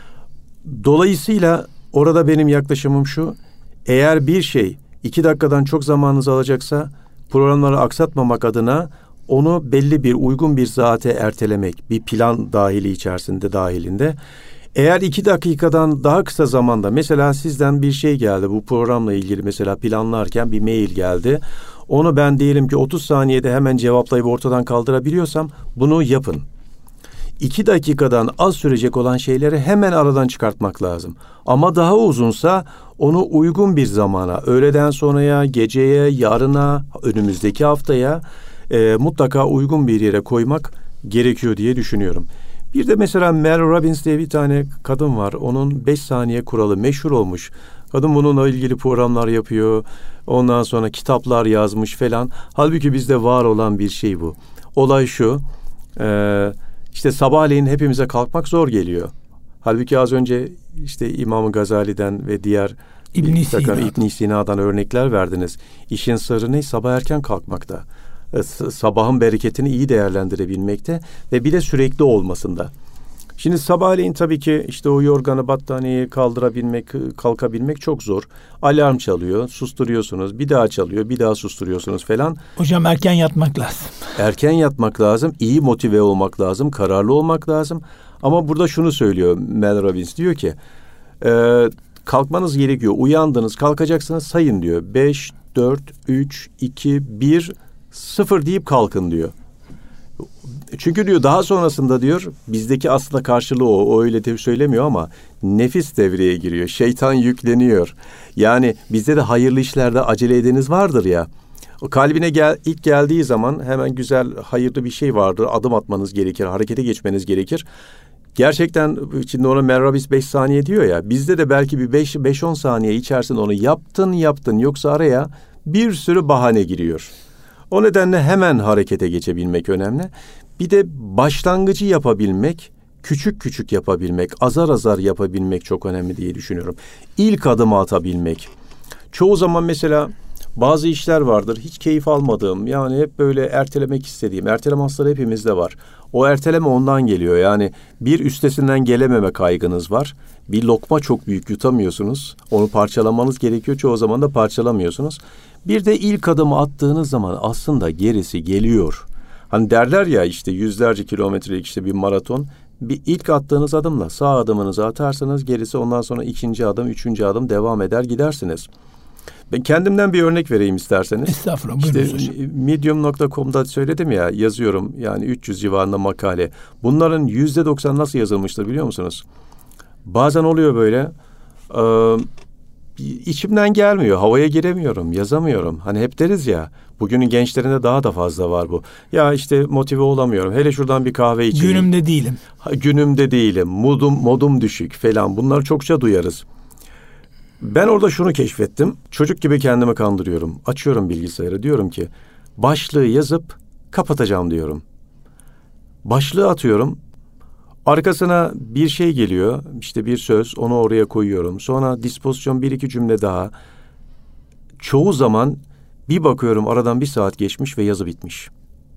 Speaker 2: Dolayısıyla orada benim yaklaşımım şu. Eğer bir şey iki dakikadan çok zamanınızı alacaksa programları aksatmamak adına onu belli bir uygun bir saate ertelemek, bir plan dahili içerisinde dahilinde. Eğer iki dakikadan daha kısa zamanda, mesela sizden bir şey geldi bu programla ilgili, mesela planlarken bir mail geldi. Onu ben diyelim ki otuz saniyede hemen cevaplayıp ortadan kaldırabiliyorsam bunu yapın. İki dakikadan az sürecek olan şeyleri hemen aradan çıkartmak lazım. Ama daha uzunsa onu uygun bir zamana, öğleden sonraya, geceye, yarına, önümüzdeki haftaya e, mutlaka uygun bir yere koymak gerekiyor diye düşünüyorum. Bir de mesela Mel Robbins diye bir tane kadın var. Onun beş saniye kuralı meşhur olmuş. Kadın bununla ilgili programlar yapıyor. Ondan sonra kitaplar yazmış falan. Halbuki bizde var olan bir şey bu. Olay şu. E, işte sabahleyin hepimize kalkmak zor geliyor. Halbuki az önce işte İmam Gazali'den ve diğer
Speaker 1: İbn Sina'dan.
Speaker 2: İbn Sina'dan örnekler verdiniz. İşin sırrı ne? Sabah erken kalkmakta. Sabahın bereketini iyi değerlendirebilmekte ve bir de sürekli olmasında. Şimdi sabahleyin tabii ki işte o yorganı, battaniyeyi kaldırabilmek, kalkabilmek çok zor. Alarm çalıyor, susturuyorsunuz, bir daha çalıyor, bir daha susturuyorsunuz falan.
Speaker 1: Hocam erken yatmak lazım.
Speaker 2: Erken yatmak lazım, iyi motive olmak lazım, kararlı olmak lazım. Ama burada şunu söylüyor Mel Robbins, diyor ki e, kalkmanız gerekiyor, uyandınız, kalkacaksınız, sayın diyor. beş, dört, üç, iki, bir, sıfır deyip kalkın diyor. Çünkü diyor daha sonrasında diyor bizdeki aslında karşılığı o. O öyle de söylemiyor ama nefis devreye giriyor. Şeytan yükleniyor. Yani bizde de hayırlı işlerde acele edeniz vardır ya. O kalbine gel, ilk geldiği zaman hemen güzel, hayırlı bir şey vardır. Adım atmanız gerekir, harekete geçmeniz gerekir. Gerçekten şimdi ona merrabis beş saniye diyor ya. Bizde de belki bir beş on saniye içerisinde onu yaptın yaptın. Yoksa araya bir sürü bahane giriyor. O nedenle hemen harekete geçebilmek önemli. Bir de başlangıcı yapabilmek, küçük küçük yapabilmek, azar azar yapabilmek çok önemli diye düşünüyorum. İlk adımı atabilmek. Çoğu zaman mesela bazı işler vardır hiç keyif almadığım, yani hep böyle ertelemek istediğim, erteleme hastalığı hepimizde var. O erteleme ondan geliyor, yani bir üstesinden gelememe kaygınız var. Bir lokma çok büyük yutamıyorsunuz, onu parçalamanız gerekiyor, çoğu zaman da parçalamıyorsunuz. Bir de ilk adımı attığınız zaman aslında gerisi geliyor. Hani derler ya işte yüzlerce kilometrelik işte bir maraton, bir ilk attığınız adımla sağ adımınızı atarsanız gerisi ondan sonra ikinci adım, üçüncü adım devam eder gidersiniz. Ben kendimden bir örnek vereyim isterseniz.
Speaker 1: Estağfurullah.
Speaker 2: İşte medium nokta com'da söyledim ya, yazıyorum yani üç yüz civarında makale. Bunların yüzde doksan nasıl yazılmıştır biliyor musunuz? Bazen oluyor böyle, e, içimden gelmiyor, havaya giremiyorum, yazamıyorum. Hani hep deriz ya, bugünün gençlerinde daha da fazla var bu. Ya işte motive olamıyorum, hele şuradan bir kahve içeyim.
Speaker 1: Günümde değilim.
Speaker 2: Ha, günümde değilim, modum, modum düşük falan, bunları çokça duyarız. Ben orada şunu keşfettim. Çocuk gibi kendimi kandırıyorum. Açıyorum bilgisayarı, diyorum ki başlığı yazıp kapatacağım diyorum. Başlığı atıyorum. Arkasına bir şey geliyor. İşte bir söz, onu oraya koyuyorum. Sonra dispozisyon bir iki cümle daha. Çoğu zaman bir bakıyorum aradan bir saat geçmiş ve yazı bitmiş.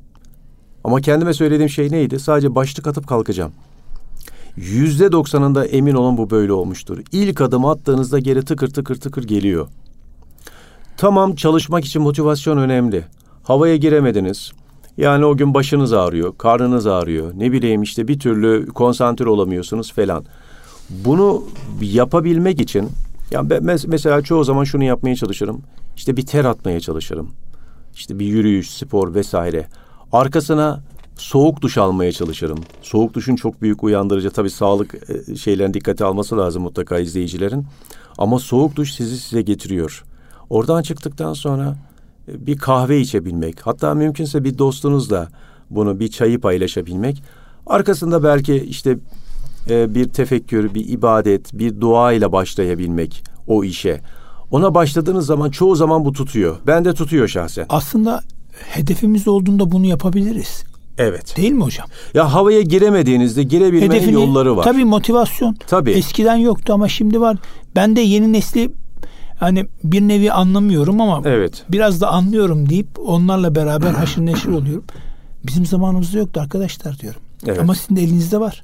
Speaker 2: Ama kendime söylediğim şey neydi? Sadece başlık atıp kalkacağım. Yüzde doksanında emin olun bu böyle olmuştur. İlk adım attığınızda geri tıkır tıkır tıkır geliyor. Tamam, çalışmak için motivasyon önemli. Havaya giremediniz. Yani o gün başınız ağrıyor, karnınız ağrıyor. Ne bileyim işte bir türlü konsantre olamıyorsunuz falan. Bunu yapabilmek için, yani ben mesela çoğu zaman şunu yapmaya çalışırım. İşte bir ter atmaya çalışırım. İşte bir yürüyüş, spor vesaire. Arkasına soğuk duş almaya çalışırım. Soğuk duşun çok büyük uyandırıcı. Tabii sağlık şeylerin dikkate alması lazım mutlaka izleyicilerin. Ama soğuk duş sizi size getiriyor. Oradan çıktıktan sonra bir kahve içebilmek. Hatta mümkünse bir dostunuzla bunu, bir çayı paylaşabilmek. Arkasında belki işte bir tefekkür, bir ibadet, bir dua ile başlayabilmek o işe. Ona başladığınız zaman çoğu zaman bu tutuyor. Ben de tutuyor şahsen.
Speaker 1: Aslında hedefimiz olduğunda bunu yapabiliriz.
Speaker 2: Evet.
Speaker 1: Değil mi hocam?
Speaker 2: Ya havaya giremediğinizde girebilmenin Hedefini, yolları var.
Speaker 1: Tabii motivasyon.
Speaker 2: Tabii.
Speaker 1: Eskiden yoktu ama şimdi var. Ben de yeni nesli hani bir nevi anlamıyorum ama evet, biraz da anlıyorum deyip onlarla beraber haşır neşir oluyorum. Bizim zamanımızda yoktu arkadaşlar diyorum. Evet. Ama sizin de elinizde var.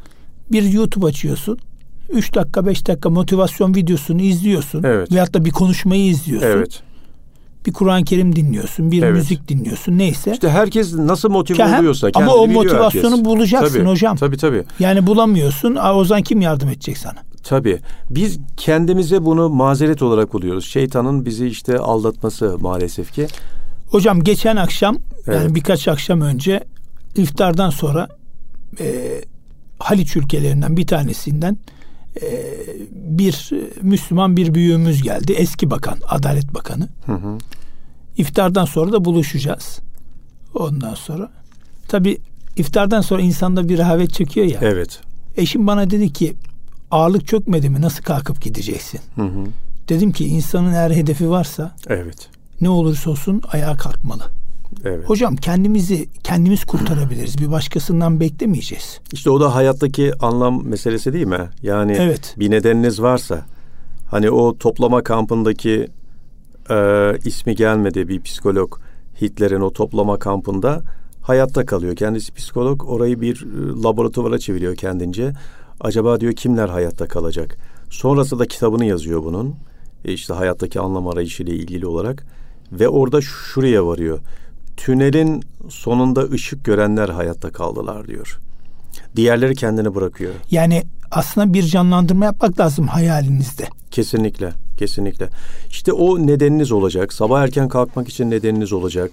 Speaker 1: Bir YouTube açıyorsun. üç dakika beş dakika motivasyon videosunu izliyorsun. Evet. Veyahut da bir konuşmayı izliyorsun. Evet. Bir Kur'an-ı Kerim dinliyorsun, bir evet, müzik dinliyorsun, neyse.
Speaker 2: İşte herkes nasıl motive Ke- oluyorsa kendini
Speaker 1: ama o motivasyonu herkes bulacaksın tabii, hocam.
Speaker 2: Tabii tabii.
Speaker 1: Yani bulamıyorsun, o zaman kim yardım edecek sana?
Speaker 2: Tabii. Biz kendimize bunu mazeret olarak buluyoruz. Şeytanın bizi işte aldatması maalesef ki.
Speaker 1: Hocam geçen akşam, evet, yani birkaç akşam önce iftardan sonra e, Haliç ülkelerinden bir tanesinden e, bir Müslüman bir büyüğümüz geldi. Eski bakan, Adalet Bakanı. Hı hı. İftardan sonra da buluşacağız. Ondan sonra tabii iftardan sonra insanda bir rehavet çöküyor ya.
Speaker 2: Evet.
Speaker 1: Eşim bana dedi ki ağırlık çökmedi mi? Nasıl kalkıp gideceksin? Hı hı. Dedim ki insanın eğer hedefi varsa, evet, ne olursa olsun ayağa kalkmalı. Evet. Hocam kendimizi kendimiz kurtarabiliriz. Bir başkasından beklemeyeceğiz.
Speaker 2: İşte o da hayattaki anlam meselesi değil mi? Yani evet, bir nedeniniz varsa, hani o toplama kampındaki e, ismi gelmedi bir psikolog, Hitler'in o toplama kampında hayatta kalıyor. Kendisi psikolog, orayı bir laboratuvara çeviriyor kendince. Acaba diyor kimler hayatta kalacak? Sonrası da kitabını yazıyor bunun. E işte hayattaki anlam arayışıyla ilgili olarak. Ve orada şuraya varıyor. Tünelin sonunda ışık görenler hayatta kaldılar diyor. Diğerleri kendini bırakıyor.
Speaker 1: Yani aslında bir canlandırma yapmak lazım hayalinizde.
Speaker 2: Kesinlikle, kesinlikle. İşte o nedeniniz olacak. Sabah erken kalkmak için nedeniniz olacak.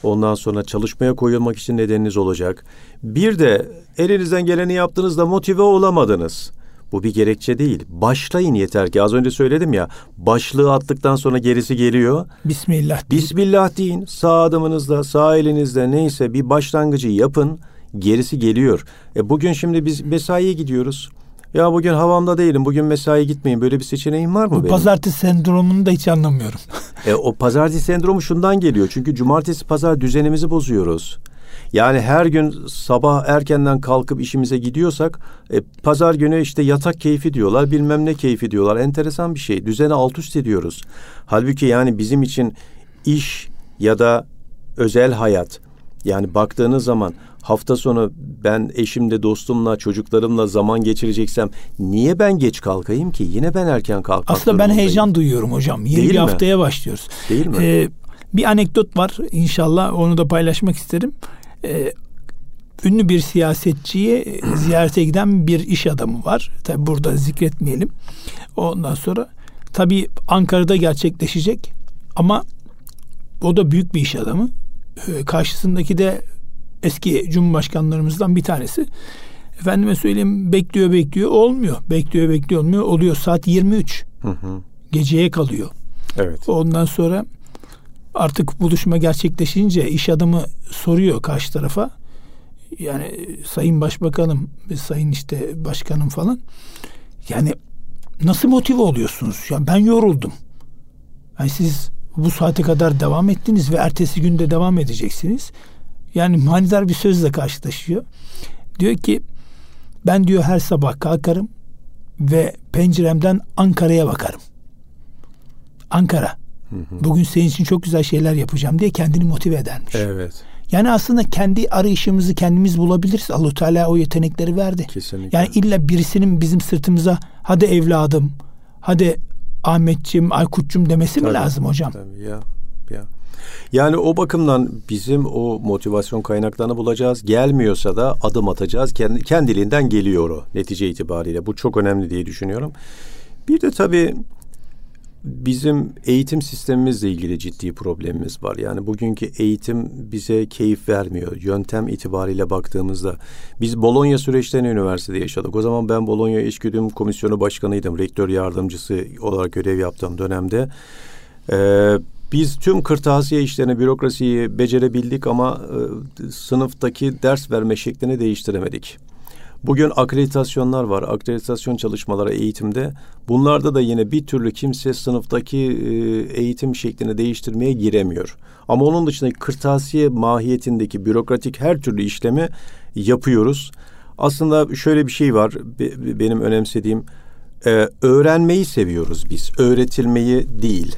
Speaker 2: Ondan sonra çalışmaya koyulmak için nedeniniz olacak. Bir de elinizden geleni yaptığınızda motive olamadınız. Bu bir gerekçe değil. Başlayın yeter ki. Az önce söyledim ya, başlığı attıktan sonra gerisi geliyor.
Speaker 1: Bismillah.
Speaker 2: Bismillah deyin. Sağ adımınızda, sağ elinizde neyse bir başlangıcı yapın. Gerisi geliyor. E bugün şimdi biz mesaiye gidiyoruz. Ya bugün havamda değilim, bugün mesaiye gitmeyin. Böyle bir seçeneğim var mı
Speaker 1: Bu
Speaker 2: benim?
Speaker 1: pazartesi sendromunu da hiç anlamıyorum.
Speaker 2: E, o pazartesi sendromu şundan geliyor. Çünkü cumartesi pazar düzenimizi bozuyoruz. Yani her gün sabah erkenden kalkıp işimize gidiyorsak e, pazar günü işte yatak keyfi diyorlar, bilmem ne keyfi diyorlar. Enteresan bir şey. Düzeni alt üst ediyoruz. Halbuki yani bizim için iş ya da özel hayat, yani baktığınız zaman hafta sonu ben eşimle, dostumla, çocuklarımla zaman geçireceksem niye ben geç kalkayım ki? Yine ben erken kalkmak
Speaker 1: Aslında ben
Speaker 2: durumundayım.
Speaker 1: heyecan duyuyorum hocam. Yeni
Speaker 2: Değil
Speaker 1: bir
Speaker 2: mi?
Speaker 1: haftaya başlıyoruz.
Speaker 2: Değil mi?
Speaker 1: Ee, bir anekdot var, inşallah onu da paylaşmak isterim. Ee, ünlü bir siyasetçiyi ziyarete giden bir iş adamı var. Tabi burada zikretmeyelim. Ondan sonra tabi Ankara'da gerçekleşecek ama o da büyük bir iş adamı. Ee, karşısındaki de eski cumhurbaşkanlarımızdan bir tanesi. Efendime söyleyeyim, bekliyor bekliyor olmuyor. Bekliyor bekliyor olmuyor. Oluyor saat yirmi üç. Hı hı. Geceye kalıyor.
Speaker 2: Evet.
Speaker 1: Ondan sonra artık buluşma gerçekleşince iş adamı soruyor karşı tarafa. Yani sayın başbakanım, sayın işte başkanım falan. Yani nasıl motive oluyorsunuz? Yani ben yoruldum. Yani siz bu saate kadar devam ettiniz ve ertesi günde devam edeceksiniz. Yani manidar bir sözle karşılaşıyor. Diyor ki ben diyor her sabah kalkarım ve penceremden Ankara'ya bakarım. Ankara. Hı hı. Bugün senin için çok güzel şeyler yapacağım diye kendini motive edermiş.
Speaker 2: Evet.
Speaker 1: Yani aslında kendi arayışımızı kendimiz bulabiliriz. Allah-u Teala o yetenekleri verdi.
Speaker 2: Kesinlikle.
Speaker 1: Yani illa birisinin bizim sırtımıza hadi evladım, hadi Ahmetciğim, Aykut'cum demesi
Speaker 2: tabii,
Speaker 1: mi lazım hocam?
Speaker 2: Tabii ya. ya. Yani o bakımdan bizim o motivasyon kaynaklarını bulacağız. Gelmiyorsa da adım atacağız. Kendi, kendiliğinden geliyor o netice itibariyle. Bu çok önemli diye düşünüyorum. Bir de tabii bizim eğitim sistemimizle ilgili ciddi problemimiz var. Yani bugünkü eğitim bize keyif vermiyor. Yöntem itibariyle baktığımızda biz Bologna süreçlerini üniversitede yaşadık. O zaman ben Bologna İçgüdüm Komisyonu Başkanıydım. Rektör yardımcısı olarak görev yaptığım dönemde. Ee, biz tüm kırtasiye işlerini, bürokrasiyi becerebildik ama e, sınıftaki ders verme şeklini değiştiremedik. Bugün akreditasyonlar var. Akreditasyon çalışmaları eğitimde. Bunlarda da yine bir türlü kimse sınıftaki eğitim şeklini değiştirmeye giremiyor. Ama onun dışındaki kırtasiye mahiyetindeki bürokratik her türlü işlemi yapıyoruz. Aslında şöyle bir şey var. Benim önemsediğim, öğrenmeyi seviyoruz biz. Öğretilmeyi değil.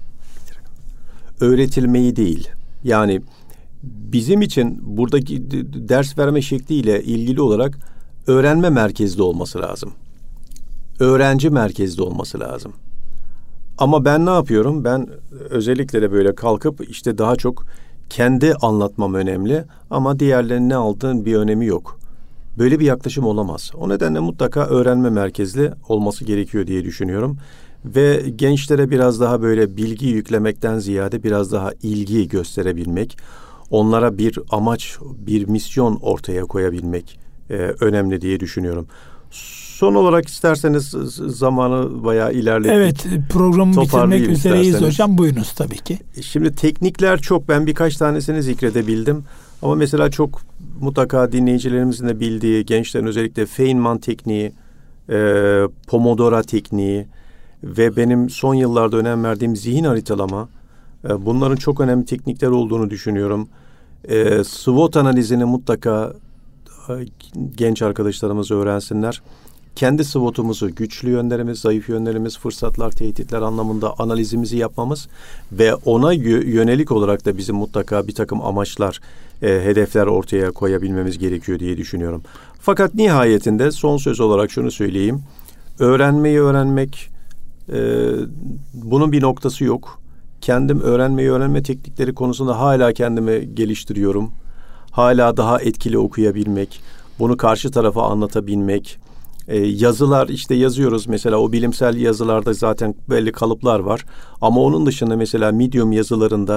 Speaker 2: Öğretilmeyi değil. Yani bizim için buradaki ders verme şekliyle ilgili olarak öğrenme merkezli olması lazım. Öğrenci merkezli olması lazım. Ama ben ne yapıyorum? Ben özellikle de böyle kalkıp işte daha çok kendi anlatmam önemli ama diğerlerinin ne aldığın bir önemi yok. Böyle bir yaklaşım olamaz. O nedenle mutlaka öğrenme merkezli olması gerekiyor diye düşünüyorum. Ve gençlere biraz daha böyle bilgi yüklemekten ziyade biraz daha ilgi gösterebilmek, onlara bir amaç, bir misyon ortaya koyabilmek e, önemli diye düşünüyorum. Son olarak isterseniz zamanı bayağı ilerlettik.
Speaker 1: Evet, programı bitirmek üzereyiz
Speaker 2: isterseniz.
Speaker 1: Hocam. Buyurunuz tabii ki.
Speaker 2: Şimdi teknikler çok, ben birkaç tanesini zikredebildim. Ama mesela çok mutlaka dinleyicilerimizin de bildiği, gençlerin özellikle Feynman tekniği, e, Pomodoro tekniği ve benim son yıllarda önem verdiğim zihin haritalama, e, bunların çok önemli teknikler olduğunu düşünüyorum. E, SWOT analizini mutlaka e, genç arkadaşlarımız öğrensinler. Kendi SWOT'umuzu, güçlü yönlerimiz, zayıf yönlerimiz, fırsatlar, tehditler anlamında analizimizi yapmamız ve ona yönelik olarak da bizim mutlaka bir takım amaçlar, e, hedefler ortaya koyabilmemiz gerekiyor diye düşünüyorum. Fakat nihayetinde son söz olarak şunu söyleyeyim. Öğrenmeyi öğrenmek, e, bunun bir noktası yok. Kendim öğrenmeyi öğrenme teknikleri konusunda hala kendimi geliştiriyorum. Hala daha etkili okuyabilmek, bunu karşı tarafa anlatabilmek. Ee, yazılar işte yazıyoruz mesela, o bilimsel yazılarda zaten belli kalıplar var. Ama onun dışında mesela Medium yazılarında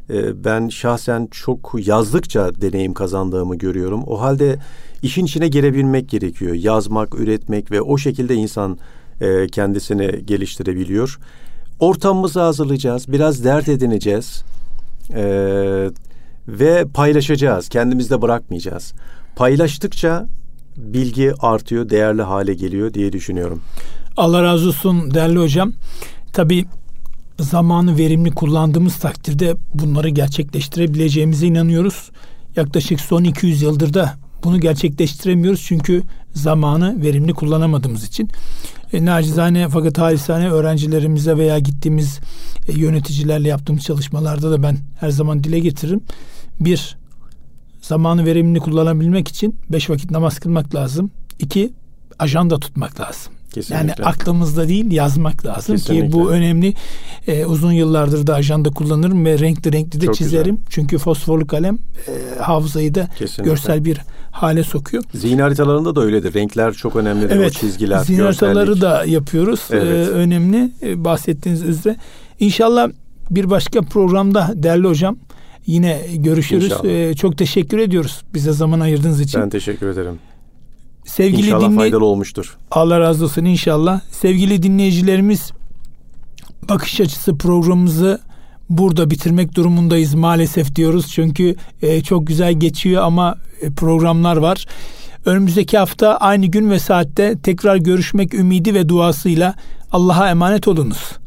Speaker 2: e, ben şahsen çok yazdıkça deneyim kazandığımı görüyorum. O halde işin içine girebilmek gerekiyor. Yazmak, üretmek ve o şekilde insan e, kendisini geliştirebiliyor. Ortamımızı hazırlayacağız, biraz dert edineceğiz e, ve paylaşacağız. Kendimizde bırakmayacağız. Paylaştıkça bilgi artıyor, değerli hale geliyor diye düşünüyorum.
Speaker 1: Allah razı olsun değerli hocam. Tabii zamanı verimli kullandığımız takdirde bunları gerçekleştirebileceğimize inanıyoruz. Yaklaşık son iki yüz yıldır da bunu gerçekleştiremiyoruz çünkü zamanı verimli kullanamadığımız için. E, nacizane fakat halisane öğrencilerimize veya gittiğimiz e, yöneticilerle yaptığımız çalışmalarda da ben her zaman dile getiririm. Bir, zamanı verimli kullanabilmek için beş vakit namaz kılmak lazım. İki, ajanda tutmak lazım.
Speaker 2: Kesinlikle.
Speaker 1: Yani aklımızda değil, yazmak lazım. Kesinlikle. Ki bu önemli. Ee, uzun yıllardır da ajanda kullanırım ve renkli renkli de Çok çizerim. Güzel. Çünkü fosforlu kalem e, hafızayı da Kesinlikle. görsel bir hale sokuyor.
Speaker 2: Zihin haritalarında da öyledir. Renkler çok önemlidir. Evet, o çizgiler,
Speaker 1: zihin haritaları da yapıyoruz. Evet. Ee, önemli. Ee, bahsettiğiniz üzere. İnşallah bir başka programda değerli hocam yine görüşürüz. Ee, çok teşekkür ediyoruz bize zaman ayırdığınız için.
Speaker 2: Ben teşekkür ederim.
Speaker 1: Sevgili
Speaker 2: İnşallah
Speaker 1: dinley-
Speaker 2: faydalı olmuştur.
Speaker 1: Allah razı olsun inşallah. Sevgili dinleyicilerimiz, Bakış Açısı programımızı burada bitirmek durumundayız maalesef diyoruz. Çünkü e, çok güzel geçiyor ama e, programlar var. Önümüzdeki hafta aynı gün ve saatte tekrar görüşmek ümidi ve duasıyla Allah'a emanet olunuz.